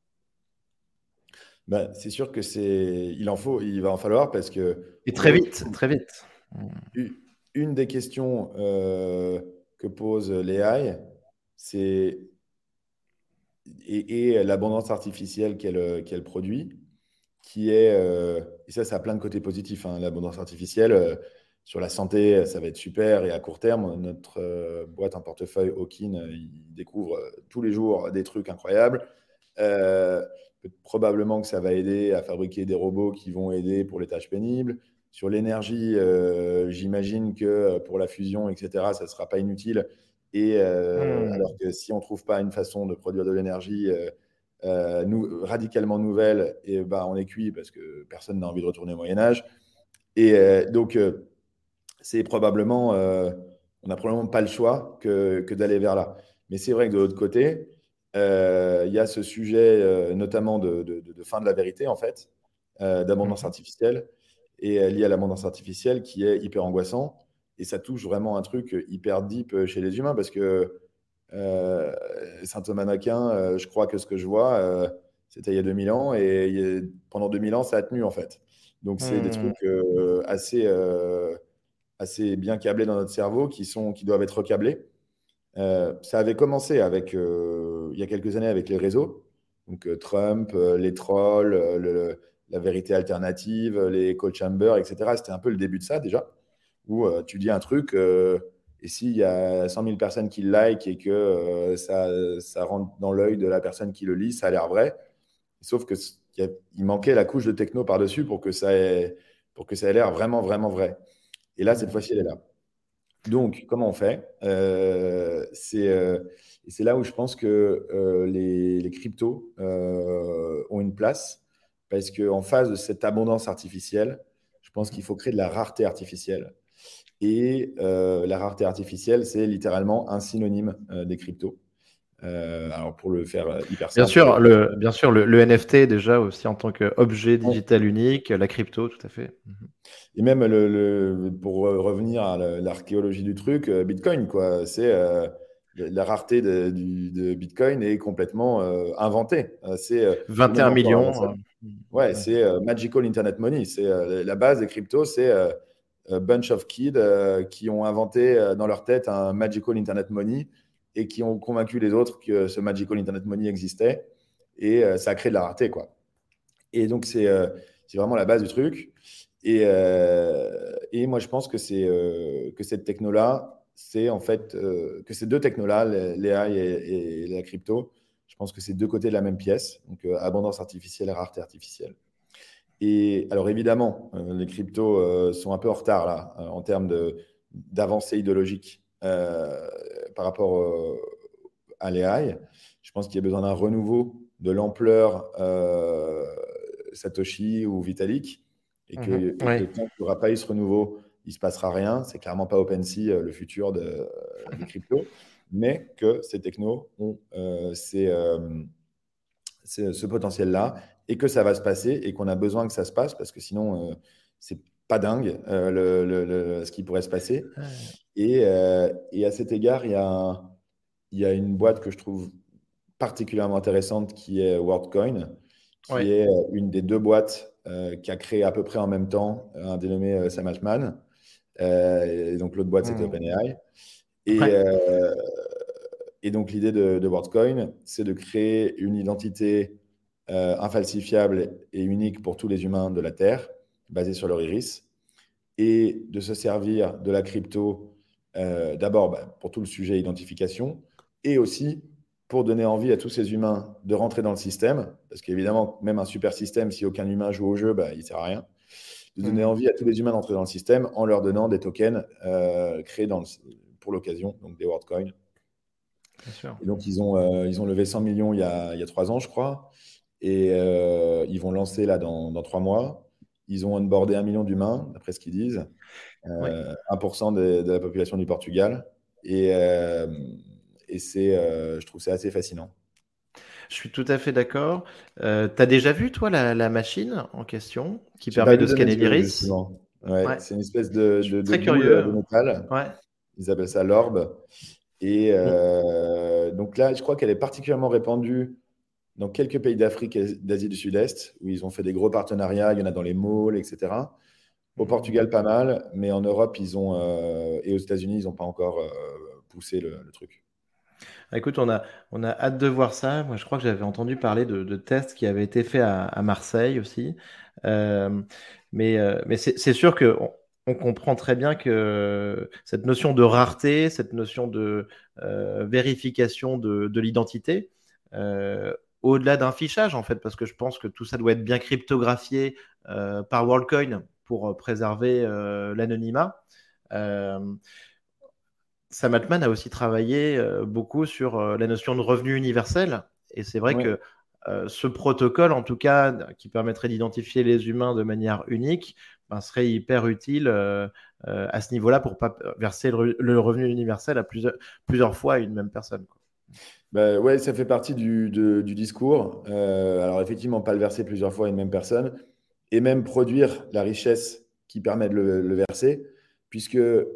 S2: Bah, c'est sûr que c'est, il en faut, il va en falloir parce que,
S1: Et
S2: en
S1: très
S2: gros,
S1: vite, très vite.
S2: u- une des questions euh, que pose l'A I, c'est et, et l'abondance artificielle qu'elle qu'elle produit, qui est, euh, et ça, ça a plein de côtés positifs, hein, l'abondance artificielle. Euh, sur la santé, ça va être super. Et à court terme, notre euh, boîte en portefeuille, Hawkin, euh, il découvre euh, tous les jours des trucs incroyables. Euh, Probablement que ça va aider à fabriquer des robots qui vont aider pour les tâches pénibles. Sur l'énergie, euh, j'imagine que euh, pour la fusion, et cetera, ça ne sera pas inutile. Et euh, alors
S1: Hmm.
S2: que si on ne trouve pas une façon de produire de l'énergie euh, euh, nou- radicalement nouvelle, et bah, on est cuit parce que personne n'a envie de retourner au Moyen Âge. Et euh, donc, euh, c'est probablement, euh, on n'a probablement pas le choix que, que d'aller vers là. Mais c'est vrai que de l'autre côté, euh, il y a ce sujet, euh, notamment de, de- de- de fin de la vérité, en fait, euh, d'abondance
S1: Mhm.
S2: artificielle, et euh, lié à l'abondance artificielle qui est hyper angoissant. Et ça touche vraiment un truc hyper deep euh, chez les humains, parce que euh, Saint Thomas d'Aquin, euh, je crois que ce que je vois, euh, c'était il y a deux mille ans, et il y a- pendant deux mille ans, ça a tenu, en fait. Donc, c'est des
S1: Hmm.
S2: trucs euh, assez, euh, assez bien câblés dans notre cerveau qui, sont, qui doivent être recablés. Euh, ça avait commencé avec, euh, il y a quelques années avec les réseaux, donc euh, Trump, euh, les trolls, euh, le- la vérité alternative, les echo chambers, et cetera. C'était un peu le début de ça déjà, où euh, tu dis un truc, euh, et s'il y a cent mille personnes qui le like et que euh, ça, ça rentre dans l'œil de la personne qui le lit, ça a l'air vrai. Sauf que c- il y a- il manquait la couche de techno par-dessus pour que ça ait, pour que ça ait l'air vraiment, vraiment vrai. Et là, cette
S1: Hmm.
S2: fois-ci, elle est là. Donc, comment on fait? Euh, c'est euh, et c'est là où je pense que euh, les, les cryptos euh, ont une place, parce qu'en face de cette abondance artificielle, je pense qu'il faut créer de la rareté artificielle. Et euh, la rareté artificielle, c'est littéralement un synonyme euh, des cryptos. Euh, alors pour le faire hyper
S1: Bien
S2: simple,
S1: sûr, le, bien sûr, le, le N F T déjà aussi en tant qu'objet digital unique, la crypto, tout à fait. Mhm.
S2: et même le, le- pour revenir à l'archéologie du truc, euh, Bitcoin, quoi, c'est euh, la rareté de, du- de Bitcoin est complètement euh, inventée. Euh, C'est euh, ou
S1: vingt et
S2: même
S1: un
S2: encore avant ça.
S1: millions. euh,
S2: Ouais,
S1: mhm.
S2: c'est euh, Magical Internet Money. C'est euh, la base des cryptos, c'est euh, a bunch of kids euh, qui ont inventé euh, dans leur tête un Magical Internet Money et qui ont convaincu les autres que ce Magical Internet Money existait et euh, ça a créé de la rareté, quoi. Et donc, c'est euh, c'est vraiment la base du truc. Et, euh, et moi, je pense que, c'est, euh, que cette techno-là, c'est en fait euh, que ces deux technos-là, l'A I et, et la crypto, je pense que c'est deux côtés de la même pièce. Donc, euh, abondance artificielle et rareté artificielle. Et alors, évidemment, euh, les cryptos euh, sont un peu en retard là, euh, en termes de, d'avancée idéologique euh, par rapport euh, à l'A I. Je pense qu'il y a besoin d'un renouveau de l'ampleur euh, Satoshi ou Vitalik et
S1: Mhm.
S2: que, et que
S1: Oui.
S2: tant qu'il n'y aura pas eu ce renouveau, il ne se passera rien. C'est clairement pas OpenSea euh, le futur de, des cryptos, mais que ces technos ont euh, ces, euh, ces- ce potentiel-là et que ça va se passer et qu'on a besoin que ça se passe parce que sinon, euh, c'est pas dingue euh, le, le- le- ce qui pourrait se passer.
S1: Euh,
S2: Et, euh, et à cet égard, il y a, un- il y a une boîte que je trouve particulièrement intéressante qui est WorldCoin,
S1: oui.
S2: qui est euh, une des deux boîtes euh, qui a créé à peu près en même temps un dénommé euh, Sam Altman. Euh, et donc l'autre boîte, c'était
S1: Mhm.
S2: OpenAI. Et,
S1: Ouais.
S2: euh, et donc l'idée de, de WorldCoin, c'est de créer une identité euh, infalsifiable et unique pour tous les humains de la Terre, basée sur leur iris, et de se servir de la crypto euh, d'abord bah, pour tout le sujet identification, et aussi pour donner envie à tous ces humains de rentrer dans le système, parce qu'évidemment, même un super système, si aucun humain joue au jeu, bah, il ne sert à rien. De donner
S1: Mhm.
S2: envie à tous les humains d'entrer dans le système en leur donnant des tokens euh, créés dans le, pour l'occasion, donc des WorldCoin.
S1: Bien sûr.
S2: Et donc, ils ont, euh, ils ont levé cent millions il y a, il y a trois ans, je crois. Et euh, ils vont lancer là dans, dans trois mois. Ils ont onboardé un million d'humains, d'après ce qu'ils disent,
S1: Oui.
S2: euh, un pour cent de, de la population du Portugal. Et, euh, et c'est, euh, je trouve ça assez fascinant.
S1: Je suis tout à fait d'accord. Euh, tu as déjà vu, toi, la, la machine en question qui
S2: Je n'ai pas
S1: permet
S2: vu
S1: de
S2: de mes
S1: scanner
S2: yeux,
S1: l'iris?
S2: justement. Ouais,
S1: Ouais.
S2: c'est une espèce de,
S1: Je suis
S2: de, de
S1: très
S2: boule euh,
S1: curieux.
S2: de métal.
S1: Ouais.
S2: Ils appellent ça l'orbe. Et
S1: On-
S2: euh, donc là, je crois qu'elle est particulièrement répandue dans quelques pays d'Afrique et d'Asie du Sud-Est, où ils ont fait des gros partenariats. Il y en a dans les malls, et cetera. Au
S1: Mhm.
S2: Portugal, pas mal, mais en Europe, ils ont, euh, et aux États-Unis, ils n'ont pas encore euh, poussé le, le truc.
S1: Ah, écoute, on a, on a hâte de voir ça. Moi, je crois que j'avais entendu parler de, de tests qui avaient été faits à, à Marseille aussi. Euh, mais euh, mais c'est c'est sûr qu'on on comprend très bien que cette notion de rareté, cette notion de euh, vérification de, de l'identité, euh, au-delà d'un fichage, en fait, parce que je pense que tout ça doit être bien cryptographié euh, par WorldCoin pour préserver euh, l'anonymat. Euh, Sam Altman a aussi travaillé euh, beaucoup sur euh, la notion de revenu universel. Et c'est vrai
S2: Ouais,
S1: que euh, ce protocole, en tout cas, qui permettrait d'identifier les humains de manière unique, ben, serait hyper utile euh, euh, à ce niveau-là pour pas verser le, re- le revenu universel à plusieurs, plusieurs fois à une même personne, quoi.
S2: bah, ouais, ça fait partie du, de- du discours. Euh, alors, effectivement, pas le verser plusieurs fois à une même personne, et même produire la richesse qui permet de le, le verser, puisque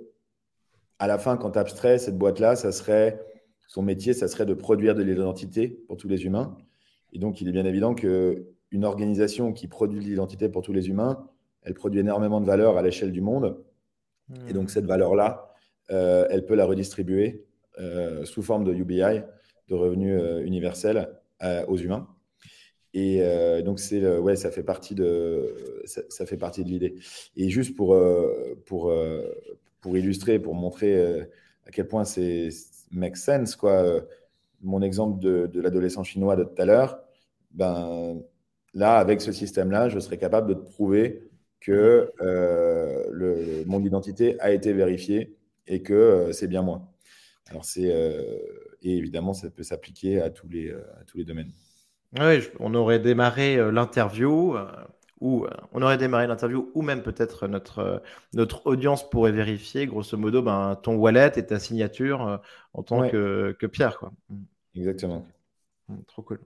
S2: à la fin, quand tu abstrais cette boîte-là, ça serait, son métier, ça serait de produire de l'identité pour tous les humains. Et donc, il est bien évident qu'une organisation qui produit de l'identité pour tous les humains, elle produit énormément de valeur à l'échelle du monde. Et donc,
S1: Hmm.
S2: cette valeur-là, euh, elle peut la redistribuer euh, sous forme de U B I, de revenus euh, universels euh, aux humains. Et euh, donc, c'est, le- ouais, ça fait partie de, ça, ça fait partie de l'idée. Et juste pour, euh, pour, euh, pour illustrer, pour montrer euh, à quel point c'est make sense, quoi, euh, mon exemple de, de l'adolescent chinois de tout à l'heure, ben, là, avec ce système-là, je serais capable de te prouver
S1: Hmm.
S2: que euh, le, mon identité a été vérifiée et que euh, c'est bien moi. Alors, c'est, euh, et évidemment, ça peut s'appliquer à tous les, euh, à tous les domaines.
S1: Ouais, je- on aurait démarré euh, l'interview, euh, ou euh, on aurait démarré l'interview, ou même peut-être notre, euh, notre audience pourrait vérifier, grosso modo, ben, ton wallet et ta signature euh, en tant
S2: Ouais.
S1: que, que Pierre, quoi. Hmm.
S2: Exactement.
S1: Mmh, trop cool.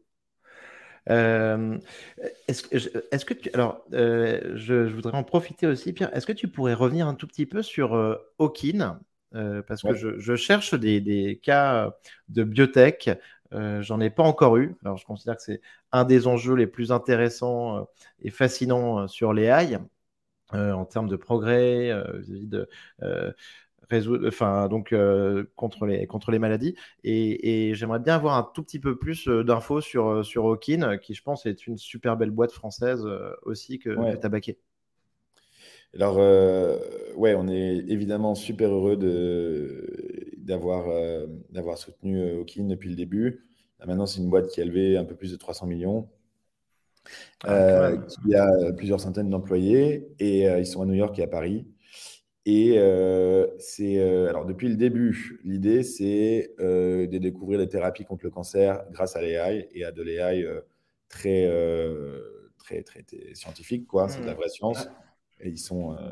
S1: Euh, est-ce que, je- est-ce que tu, alors, euh, je, je voudrais en profiter aussi, Pierre. Est-ce que tu pourrais revenir un tout petit peu sur euh, Hawkin? Euh, parce que
S2: Ouais.
S1: je, je cherche des, des cas de biotech. Euh, j'en ai pas encore eu. Alors, je considère que c'est un des enjeux les plus intéressants euh, et fascinants euh, sur l'A I euh, en termes de progrès euh, vis-à-vis de euh, résoudre, enfin donc euh, contre les contre les maladies. Et, et j'aimerais bien avoir un tout petit peu plus euh, d'infos sur euh, sur Hawkin, qui je pense est une super belle boîte française euh, aussi que que
S2: Ouais.
S1: t'as baqué.
S2: Alors, euh, ouais, on est évidemment super heureux de, d'avoir, euh, d'avoir soutenu euh, Hawkin depuis le début. Là, maintenant, c'est une boîte qui a levé un peu plus de trois cents millions,
S1: Ah, quand
S2: euh,
S1: même.
S2: qui a plusieurs centaines d'employés et euh, ils sont à New York et à Paris. Et euh, c'est, euh, alors depuis le début, l'idée c'est euh, de découvrir des thérapies contre le cancer grâce à l'A I et à de l'A I euh, très, euh, très, très, très scientifique, quoi. C'est de la
S1: Hmm.
S2: vraie science. Et ils sont, euh,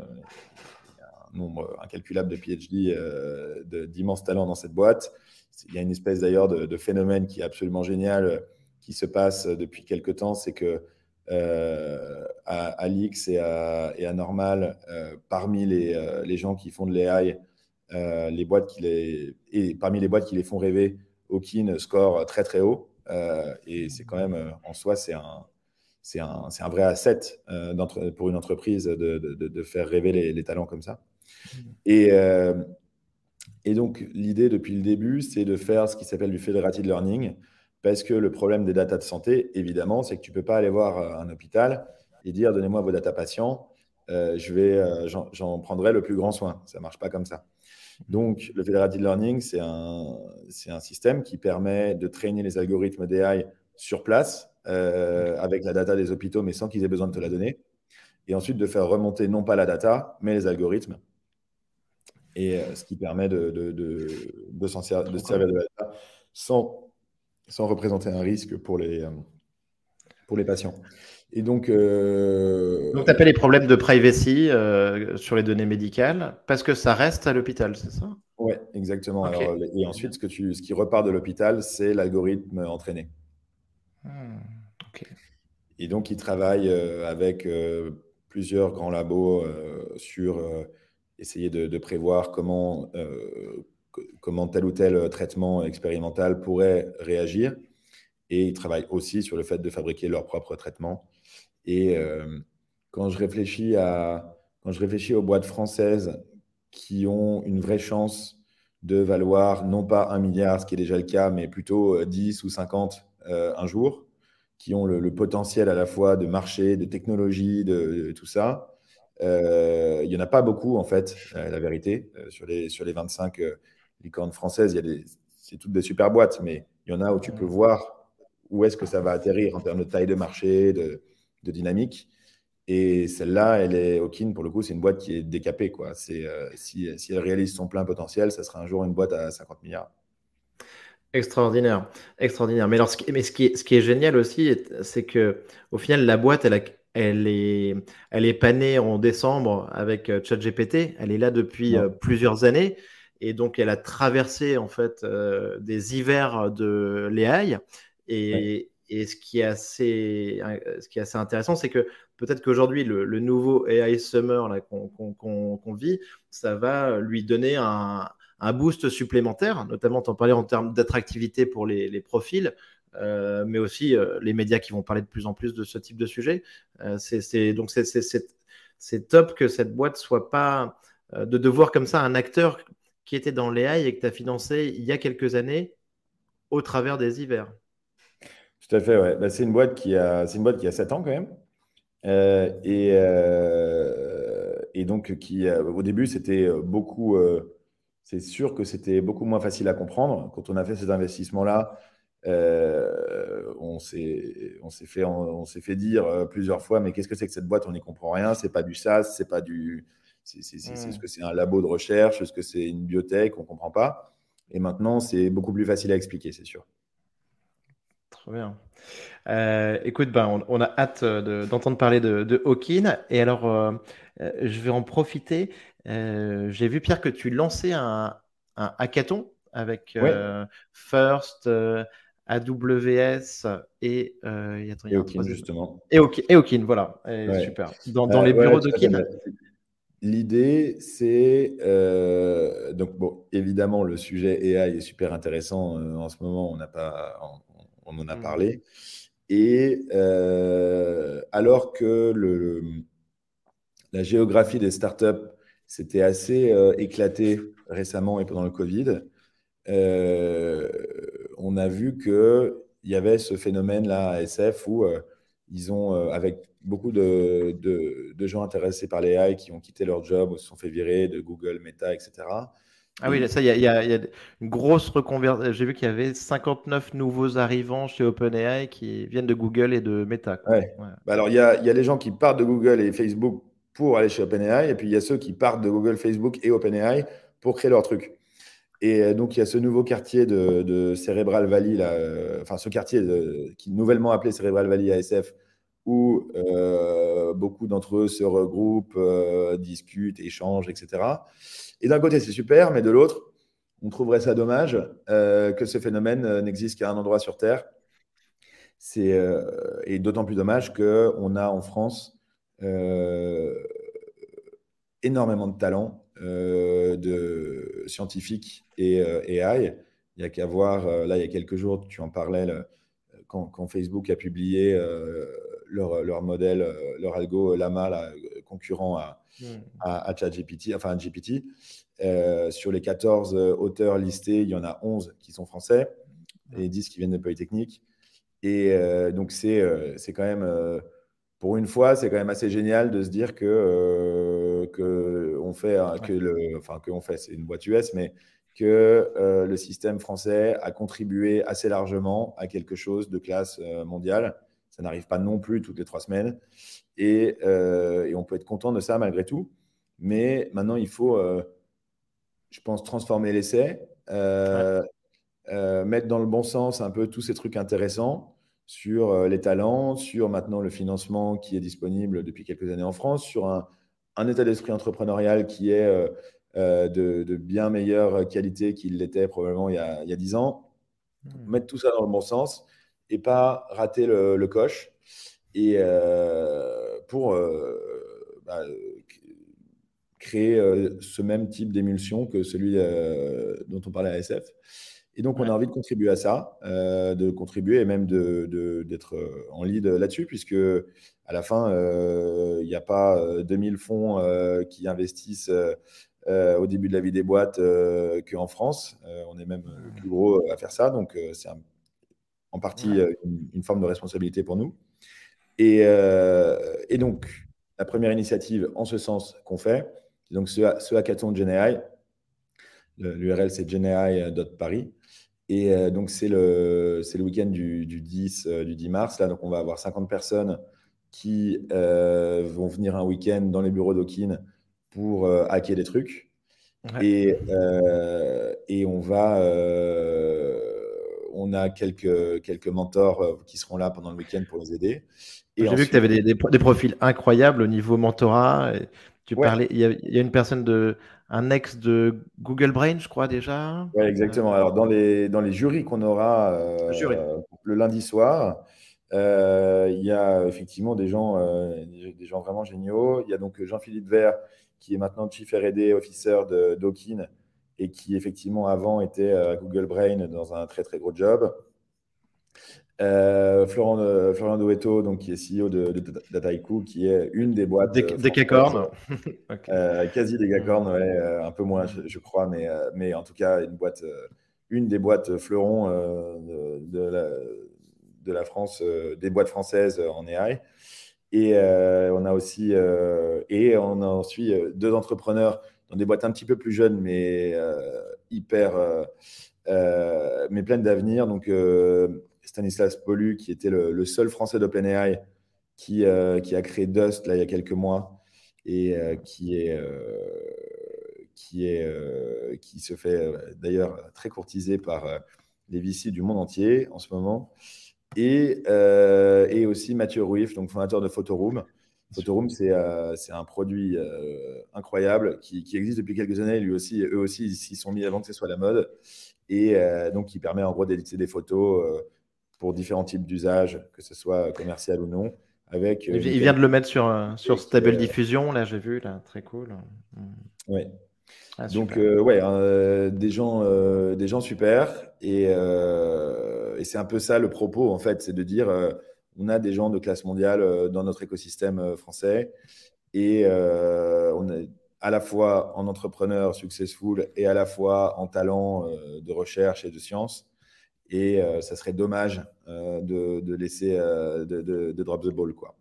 S2: un nombre incalculable de PhD, euh, de- d'immenses talents dans cette boîte. Il y a une espèce d'ailleurs de, de phénomène qui est absolument génial euh, qui se passe depuis quelques temps, c'est que euh, à, à l'X et à, et à Normal, euh, parmi les, euh, les gens qui font de l'A I, euh, les boîtes qui les, et parmi les boîtes qui les font rêver, Hawkin score très très haut. Euh, et c'est quand même, euh, en soi, c'est un, c'est un, c'est un vrai asset euh, pour une entreprise de, de, de faire rêver les, les talents comme ça. Et, euh, et donc, l'idée depuis le début, c'est de faire ce qui s'appelle du federated learning, parce que le problème des datas de santé, évidemment, c'est que tu ne peux pas aller voir euh, un hôpital et dire donnez-moi vos datas patients, euh, je vais, euh, j'en, j'en prendrai le plus grand soin. Ça ne marche pas comme ça. Donc, le federated learning, c'est un, c'est un système qui permet de traîner les algorithmes d'A I sur place, euh, avec la data des hôpitaux, mais sans qu'ils aient besoin de te la donner. Et ensuite, de faire remonter non pas la data, mais les algorithmes et euh, ce qui permet de, de, de, de s'en ser- de
S1: Trop
S2: se servir
S1: cool.
S2: de la data sans, sans représenter un risque pour les, euh, pour les patients. Et donc,
S1: Donc, tu
S2: euh,
S1: as pas les problèmes de privacy euh, sur les données médicales parce que ça reste à l'hôpital, c'est ça?
S2: ouais, exactement.
S1: Ok.
S2: Alors, et ensuite,
S1: Génial.
S2: ce, que tu, ce qui repart de l'hôpital, c'est l'algorithme entraîné.
S1: Hmm, ok.
S2: Et donc, ils travaillent euh, avec euh, plusieurs grands labos euh, sur euh, essayer de, de prévoir comment, euh, co- comment tel ou tel traitement expérimental pourrait réagir. Et ils travaillent aussi sur le fait de fabriquer leur propre traitement. Et euh, quand je réfléchis à, quand je réfléchis aux boîtes françaises qui ont une vraie chance de valoir non pas un milliard, ce qui est déjà le cas, mais plutôt euh, dix ou cinquante euh, un jour, qui ont le, le potentiel à la fois de marché, de technologie, de, de tout ça, euh, il n'y en a pas beaucoup, en fait, euh, la vérité. Euh, sur les, sur les vingt-cinq euh, licornes françaises, il y a des, c'est toutes des super boîtes, mais il y en a où tu peux
S1: Hmm.
S2: voir où est-ce que ça va atterrir en termes de taille de marché, de, de dynamique. Et celle-là, elle est Hawkin, pour le coup, c'est une boîte qui est décapée, quoi. C'est, euh, si, si elle réalise son plein potentiel, ça sera un jour une boîte à cinquante milliards.
S1: Extraordinaire, extraordinaire. Mais alors, ce qui, mais ce qui est, ce qui est génial aussi, c'est que au final, la boîte, elle, a- elle est, elle est pas née en décembre avec euh, ChatGPT. Elle est là depuis euh,
S2: Non.
S1: plusieurs années, et donc elle a traversé en fait euh, des hivers de l'A I.
S2: Ouais.
S1: Et, et ce qui est assez, euh, ce qui est assez intéressant, c'est que peut-être qu'aujourd'hui, le, le nouveau A I Summer là, qu'on, qu'on, qu'on- qu'on vit, ça va lui donner un un boost supplémentaire, notamment t'en parlais en termes d'attractivité pour les, les profils, euh, mais aussi euh, les médias qui vont parler de plus en plus de ce type de sujet. Euh, c'est, c'est, donc c'est, c'est, c'est, c'est top que cette boîte soit pas euh, de devoir comme ça un acteur qui était dans l'A I et que tu as financé il y a quelques années au travers des hivers.
S2: Tout à fait, ouais. Bah, c'est une boîte qui a, c'est une boîte qui a sept ans quand même. Euh, et, euh, et donc, qui, euh, au début, c'était beaucoup, euh, c'est sûr que c'était beaucoup moins facile à comprendre. Quand on a fait cet investissement-là, euh, on s'est, on s'est fait, on, on s'est fait dire euh, plusieurs fois, mais qu'est-ce que c'est que cette boîte? On n'y comprend rien. C'est pas du SaaS, c'est pas du, c'est, c'est, c'est, c'est ce
S1: Mmh,
S2: que c'est un labo de recherche, ce que c'est une biotech, on comprend pas. Et maintenant, c'est beaucoup plus facile à expliquer, c'est sûr.
S1: trop bien. Euh, écoute, ben, on, on a hâte de- d'entendre parler de, de Hawkin. Et alors, euh, euh, je vais en profiter. Euh, j'ai vu, Pierre, que tu lançais un, un hackathon avec
S2: Oui,
S1: euh, First, euh, A W S et euh, et attends, il y
S2: Et
S1: a un
S2: Okin,
S1: troisième.
S2: justement.
S1: Et Okin, et Okin, voilà. Et
S2: Ouais.
S1: super. Dans, dans
S2: Euh,
S1: les
S2: ouais, ouais,
S1: bureaux
S2: tout à fait.
S1: d'Okin?
S2: Bah, l'idée, c'est euh, donc bon, évidemment, le sujet A I est super intéressant euh, en ce moment. On n'a pas, on, on en a
S1: Hmm.
S2: parlé. Et euh, alors que le, le- la géographie des startups s'était assez euh, éclatée récemment et pendant le Covid, euh, on a vu qu'il y avait ce phénomène-là à S F où euh, ils ont, euh, avec beaucoup de, de- de gens intéressés par les A I qui ont quitté leur job ou se sont fait virer de Google, Meta, et cetera.
S1: Ah
S2: Et
S1: oui, là,
S2: ils-
S1: ça, il y a, il y a- il y a une grosse reconversion. J'ai vu qu'il y avait cinquante-neuf nouveaux arrivants chez OpenAI qui viennent de Google et de Meta, quoi.
S2: ouais.
S1: Ouais.
S2: Bah alors, il y a, il y a les gens qui partent de Google et Facebook pour aller chez OpenAI, et puis il y a ceux qui partent de Google, Facebook et OpenAI pour créer leur truc. Et euh, donc, il y a ce nouveau quartier de, de Cerebral Valley, là, euh, enfin, ce quartier de- qui est nouvellement appelé Cerebral Valley A S F, où euh, beaucoup d'entre eux se regroupent, euh, discutent, échangent, et cetera. Et d'un côté, c'est super, mais de l'autre, on trouverait ça dommage euh, que ce phénomène euh, n'existe qu'à un endroit sur Terre. C'est, euh, et d'autant plus dommage qu'on a en France euh, énormément de talents euh, de scientifiques et euh, A I. Il n'y a qu'à voir, euh, là, il y a quelques jours, tu en parlais, le- quand, quand Facebook a publié euh, leur, leur modèle, euh, leur algo Llama, là, concurrent à,
S1: Hmm.
S2: à, à ChatGPT, enfin à G P T. Euh, sur les quatorze auteurs listés, il y en a onze qui sont français et dix qui viennent de Polytechnique. Et euh, donc, c'est euh, c'est quand même, euh, pour une fois, c'est quand même assez génial de se dire que, euh, que on fait, euh, que
S1: Ouais.
S2: le, enfin, que on fait, c'est une boîte U S, mais que euh, le système français a contribué assez largement à quelque chose de classe euh, mondiale. Ça n'arrive pas non plus toutes les trois semaines. Et, euh, et on peut être content de ça malgré tout. Mais maintenant, il faut, euh, je pense, transformer l'essai.
S1: Ouais.
S2: Euh, euh, mettre dans le bon sens un peu tous ces trucs intéressants sur euh, les talents, sur maintenant le financement qui est disponible depuis quelques années en France, sur un, un état d'esprit entrepreneurial qui est euh, euh, de, de bien meilleure qualité qu'il l'était probablement il y a, il y a dix ans.
S1: Hmm.
S2: Mettre tout ça dans le bon sens et pas rater le, le coche. Et euh, pour euh, bah, créer euh, ce même type d'émulsion que celui euh, dont on parlait à S F. Et donc, on a
S1: Ouais.
S2: envie de contribuer à ça, euh, de contribuer et même de, de, d'être euh, en lead là-dessus, puisque à la fin, euh, il n'y a pas euh, deux mille fonds euh, qui investissent euh, euh, au début de la vie des boîtes euh, qu'en France. Euh, on est même le plus
S1: Hmm.
S2: gros à faire ça, donc euh, c'est un- en partie
S1: Ouais.
S2: euh, une, une forme de responsabilité pour nous. Et, euh, et donc, la première initiative en ce sens qu'on fait, c'est donc ce, ce hackathon de GenAI. L'U R L, c'est genai point paris. Et euh, donc, c'est le, c'est le week-end du, du dix, euh, du dix mars. Là, donc, on va avoir cinquante personnes qui euh, vont venir un week-end dans les bureaux d'Okin pour euh, hacker des trucs.
S1: Ouais.
S2: Et, euh, et on va, euh, on a quelques, quelques mentors euh, qui seront là pendant le week-end pour les aider. Et
S1: J'ai vu que tu
S2: ensuite,
S1: avais des, des, pro- des profils incroyables au niveau mentorat. Et tu
S2: ouais,
S1: parlais, il y a, il y a une personne de, un ex de Google Brain, je crois déjà.
S2: ouais,
S1: Euh,
S2: exactement. Alors, dans les, dans les jurys qu'on aura
S1: Jury.
S2: euh, le lundi soir, euh, il y a effectivement des gens, euh, des, des gens vraiment géniaux. Il y a donc Jean-Philippe Vert, qui est maintenant Chief R and D Officer de d'Okin et qui, effectivement, avant était à Google Brain dans un très, très gros job. Euh, Florent, euh, Florian Doetto, donc, qui est C E O de, de Dataiku, qui est une des boîtes
S1: Des,
S2: euh,
S1: des
S2: françaises,
S1: cacornes. Ok.
S2: euh, quasi des
S1: Hmm.
S2: Gacornes, ouais, euh, un peu moins, je,
S1: Hmm.
S2: je crois, mais, euh, mais en tout cas, une boîte, euh, une des boîtes fleurons euh, de, de la, de la France, euh, des boîtes françaises en A I. Et euh, on a aussi, euh, et on a ensuite euh, deux entrepreneurs dans des boîtes un petit peu plus jeunes, mais euh, hyper, euh, euh, mais pleines d'avenir. Donc, euh, Stanislas Paulu, qui était le, le seul Français d'OpenAI, qui, euh, qui a créé Dust là, il y a quelques mois et euh, qui est, euh, qui est, euh, qui se fait euh, d'ailleurs très courtisé par euh, les V C du monde entier en ce moment. Et, euh, et aussi Mathieu Rouif, donc fondateur de Photoroom. Photoroom, c'est euh, c'est un produit euh, incroyable qui, qui existe depuis quelques années. Lui aussi, eux aussi, ils s'y sont mis avant que ce soit la mode. Et euh, donc, qui permet en gros d'éditer des photos euh, pour différents types d'usages, que ce soit commercial ou non, avec
S1: Il,
S2: une
S1: il vient de
S2: qualité
S1: le mettre sur, euh, sur
S2: qui
S1: Stable
S2: est...
S1: Diffusion, là, j'ai vu, là, très cool. Mm.
S2: Ouais.
S1: Ah,
S2: Donc,
S1: super.
S2: euh, ouais, euh, des gens, euh, des gens super. Et, euh, et c'est un peu ça le propos, en fait, c'est de dire, euh, on a des gens de classe mondiale euh, dans notre écosystème euh, français. Et euh, on est à la fois en entrepreneur successful et à la fois en talent euh, de recherche et de science. Et euh, ça serait dommage euh, de, de laisser, euh, de, de, de drop the ball, quoi.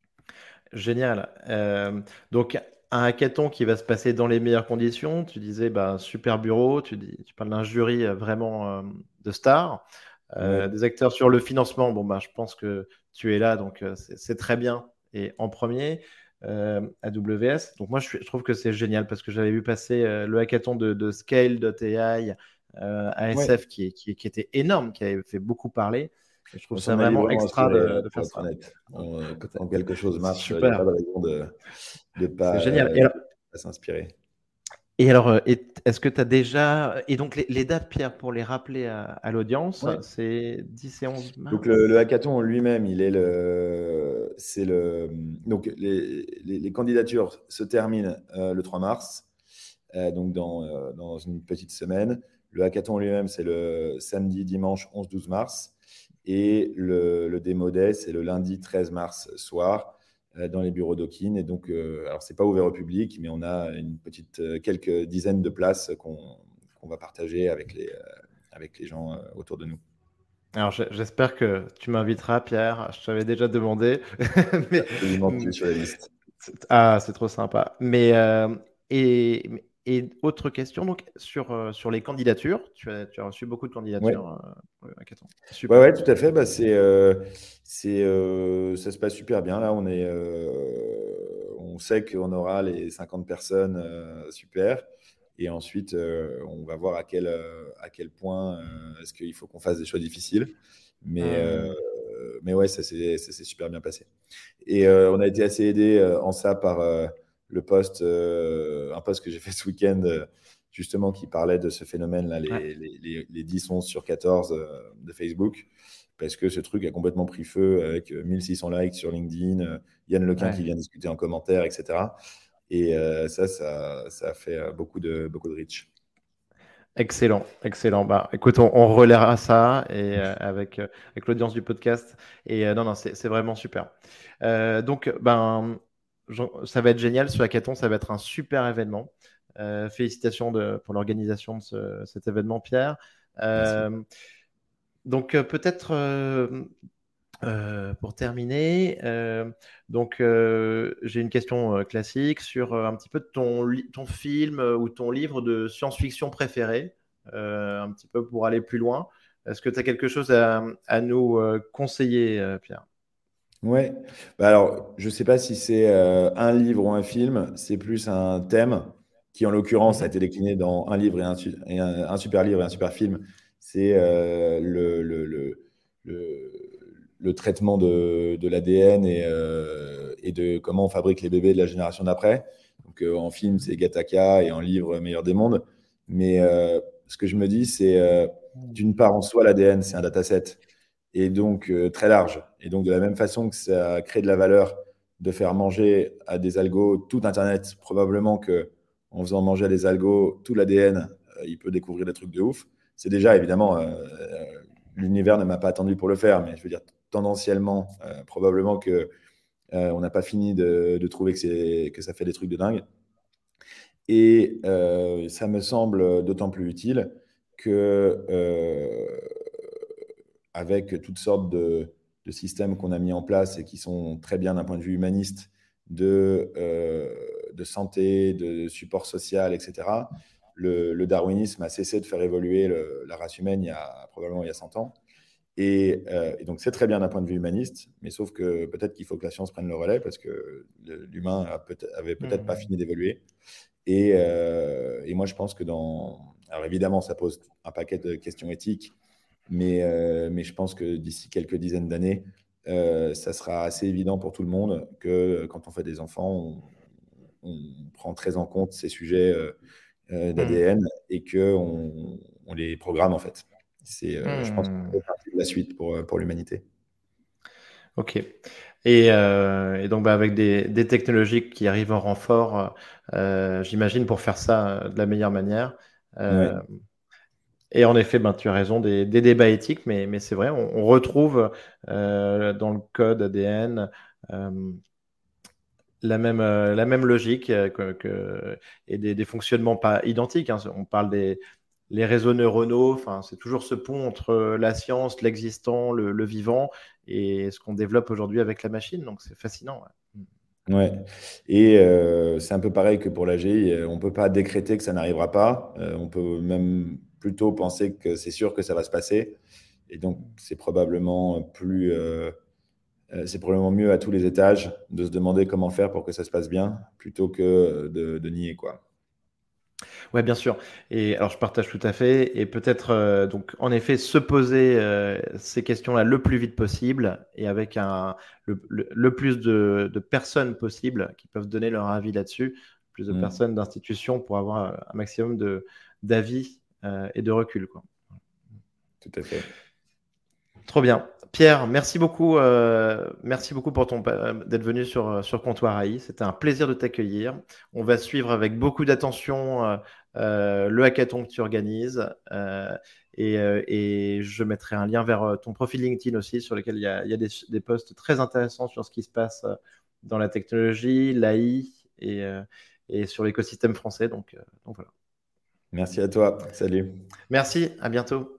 S1: Génial. Euh, donc, un hackathon qui va se passer dans les meilleures conditions. Tu disais, bah, super bureau. Tu dis, tu parles d'un jury euh, vraiment euh, de stars.
S2: Ouais,
S1: Euh, des acteurs sur le financement. Bon, bah, je pense que tu es là, donc euh, c'est c'est très bien. Et en premier, euh, A W S. Donc, moi, je, suis- je trouve que c'est génial parce que j'avais vu passer euh, le hackathon de, de Scale dot A I, euh,
S2: ouais.
S1: A S F, qui, est- qui, est- qui était énorme, qui avait fait beaucoup parler. Et je trouve
S2: On
S1: ça
S2: s'en est
S1: vraiment
S2: librement
S1: extra
S2: inspiré,
S1: de,
S2: euh,
S1: de
S2: pour
S1: faire
S2: être
S1: ça.
S2: honnête. On- quand quelque chose marche, il n'y a pas
S1: Super.
S2: de raison de ne
S1: C'est
S2: pas,
S1: génial.
S2: euh,
S1: Et alors,
S2: pas s'inspirer.
S1: et alors, euh, et- est-ce que tu as déjà... Et donc, les, les dates, Pierre, pour les rappeler à, à l'audience,
S2: Ouais.
S1: c'est dix et onze
S2: Donc le,
S1: mars?
S2: le hackathon lui-même, il est le, c'est le, donc les, les- les candidatures se terminent euh, le trois mars, euh, donc dans, euh, dans une petite semaine. Le hackathon lui-même, c'est le samedi, dimanche onze douze mars, et le, le démo day, c'est le lundi treize mars soir euh, dans les bureaux d'Okin. Et donc, euh, alors c'est pas ouvert au public, mais on a une petite, euh, quelques dizaines de places qu'on qu'on va partager avec les, euh, avec les gens euh, autour de nous.
S1: Alors, j'ai- j'espère que tu m'inviteras, Pierre. Je t'avais déjà demandé. Mais,
S2: Absolument, tu es sur la liste.
S1: c'est- ah, c'est trop sympa. Mais, euh, et, et autre question, donc, sur, euh, sur les candidatures. Tu as, tu as reçu beaucoup de
S2: Ouais.
S1: candidatures euh, pour le hackathon.
S2: Ouais,
S1: Super.
S2: ouais, tout à fait. Bah, c'est, euh, c'est, euh, ça se passe super bien. Là, on est, euh, on sait qu'on aura les cinquante personnes, euh, super. Et ensuite, euh, on va voir à quel, euh, à quel point euh, est-ce qu'il faut qu'on fasse des choix difficiles. Mais, euh,
S1: Hmm.
S2: mais ouais, ça s'est, ça s'est super bien passé. Et euh, on a été assez aidé euh, en ça par euh, le post, euh, un post que j'ai fait ce week-end, euh, justement, qui parlait de ce phénomène-là,
S1: Ouais,
S2: les, les, les, les dix onze sur quatorze euh, de Facebook, parce que ce truc a complètement pris feu avec euh, mille six cents likes sur LinkedIn, euh, Yann Lequin qui
S1: ouais.
S2: vient discuter en commentaire, et cetera. Et euh, ça, ça, ça a fait euh, beaucoup de, beaucoup de reach.
S1: Excellent, excellent. Bah, écoute, on, on relaiera ça et, euh, avec, euh, avec l'audience du podcast. Et euh, non, non, c'est c'est vraiment super. Euh, donc, ben, j'en- ça va être génial. Ce hackathon, ça va être un super événement. Euh, félicitations de, pour l'organisation de ce- cet événement, Pierre.
S2: Merci.
S1: Euh, donc, euh, peut-être euh, euh, pour terminer, euh, donc euh, j'ai une question euh, classique sur euh, un petit peu de ton, li- ton film euh, ou ton livre de science-fiction préféré, euh, un petit peu pour aller plus loin. Est-ce que tu as quelque chose à, à nous euh, conseiller, euh, Pierre?
S2: Ouais. Bah alors, je ne sais pas si c'est euh, un livre ou un film, c'est plus un thème qui, en l'occurrence, a
S1: Mhm.
S2: été décliné dans un livre et un, su- et un- un super livre et un super film. C'est euh, le, le, le, le, le traitement de, de l'A D N et, euh, et de comment on fabrique les bébés de la génération d'après. Donc, euh, en film, c'est Gattaca et en livre, Meilleur des mondes. Mais euh, ce que je me dis, c'est euh, d'une part, en soi, l'A D N, c'est un dataset et donc euh, très large. Et donc, de la même façon que ça crée de la valeur de faire manger à des algos tout Internet, probablement que en faisant manger à des algos tout l'A D N, euh, il peut découvrir des trucs de ouf. C'est déjà, évidemment, euh, euh, l'univers ne m'a pas attendu pour le faire, mais je veux dire, tendanciellement, euh, probablement que euh, on n'a pas fini de, de trouver que, c'est, que ça fait des trucs de dingue. Et euh, ça me semble d'autant plus utile que euh, avec toutes sortes de, de systèmes qu'on a mis en place et qui sont très bien d'un point de vue humaniste, de, euh, de santé, de support social, et cetera, le, le darwinisme a cessé de faire évoluer le- la race humaine il y a probablement il y a cent ans. Et, euh, et donc, c'est très bien d'un point de vue humaniste, mais sauf que peut-être qu'il faut que la science prenne le relais parce que le- l'humain a peut avait peut-être pas
S1: Mhm.
S2: fini d'évoluer. Et, euh, et moi, je pense que dans... Alors évidemment, ça pose un paquet de questions éthiques, mais, euh, mais je pense que d'ici quelques dizaines d'années, euh, ça sera assez évident pour tout le monde que quand on fait des enfants, on, on prend très en compte ces sujets euh, euh,
S1: Mhm.
S2: d'A D N et qu'on on les programme en fait. C'est, euh, je pense que
S1: Hmm.
S2: c'est partie de la suite pour, euh, pour l'humanité.
S1: Ok. Et, euh, et donc, bah, avec des, des technologies qui arrivent en renfort, euh, j'imagine, pour faire ça euh, de la meilleure manière.
S2: Ouais.
S1: Euh, et en effet, ben, tu as raison, des, des débats éthiques, mais, mais c'est vrai, on, on retrouve euh, dans le code A D N euh, la même, euh, la même logique euh, que, que- et des, des fonctionnements pas identiques, hein. On parle des les réseaux neuronaux, enfin, c'est toujours ce pont entre la science, l'existant, le, le vivant et ce qu'on développe aujourd'hui avec la machine. Donc, c'est fascinant. Ouais.
S2: Ouais. Et euh, c'est un peu pareil que pour l'A G I. euh, On ne peut pas décréter que ça n'arrivera pas. Euh, on peut même plutôt penser que c'est sûr que ça va se passer. Et donc, c'est probablement plus, euh, euh, c'est probablement mieux à tous les étages de se demander comment faire pour que ça se passe bien, plutôt que de, de nier, quoi.
S1: Ouais, bien sûr. Et alors, je partage tout à fait. Et peut-être, euh, donc, en effet, se poser euh, ces questions-là le plus vite possible et avec un, le, le- le plus de, de personnes possible qui peuvent donner leur avis là-dessus, plus de
S2: Mm.
S1: personnes, d'institutions pour avoir un maximum de d'avis euh, et de recul, quoi.
S2: Tout à fait.
S1: Trop bien. Pierre, merci beaucoup, euh, merci beaucoup pour ton, pa- d'être venu sur, euh, sur Comptoir A I. C'était un plaisir de t'accueillir. On va suivre avec beaucoup d'attention euh, euh, le hackathon que tu organises. euh, et, euh, et je mettrai un lien vers euh, ton profil LinkedIn aussi, sur lequel il y a, il y a des, des posts très intéressants sur ce qui se passe euh, dans la technologie, l'A I et, euh, et sur l'écosystème français. Donc, euh, donc voilà.
S2: Merci à toi. Salut.
S1: Merci, à bientôt.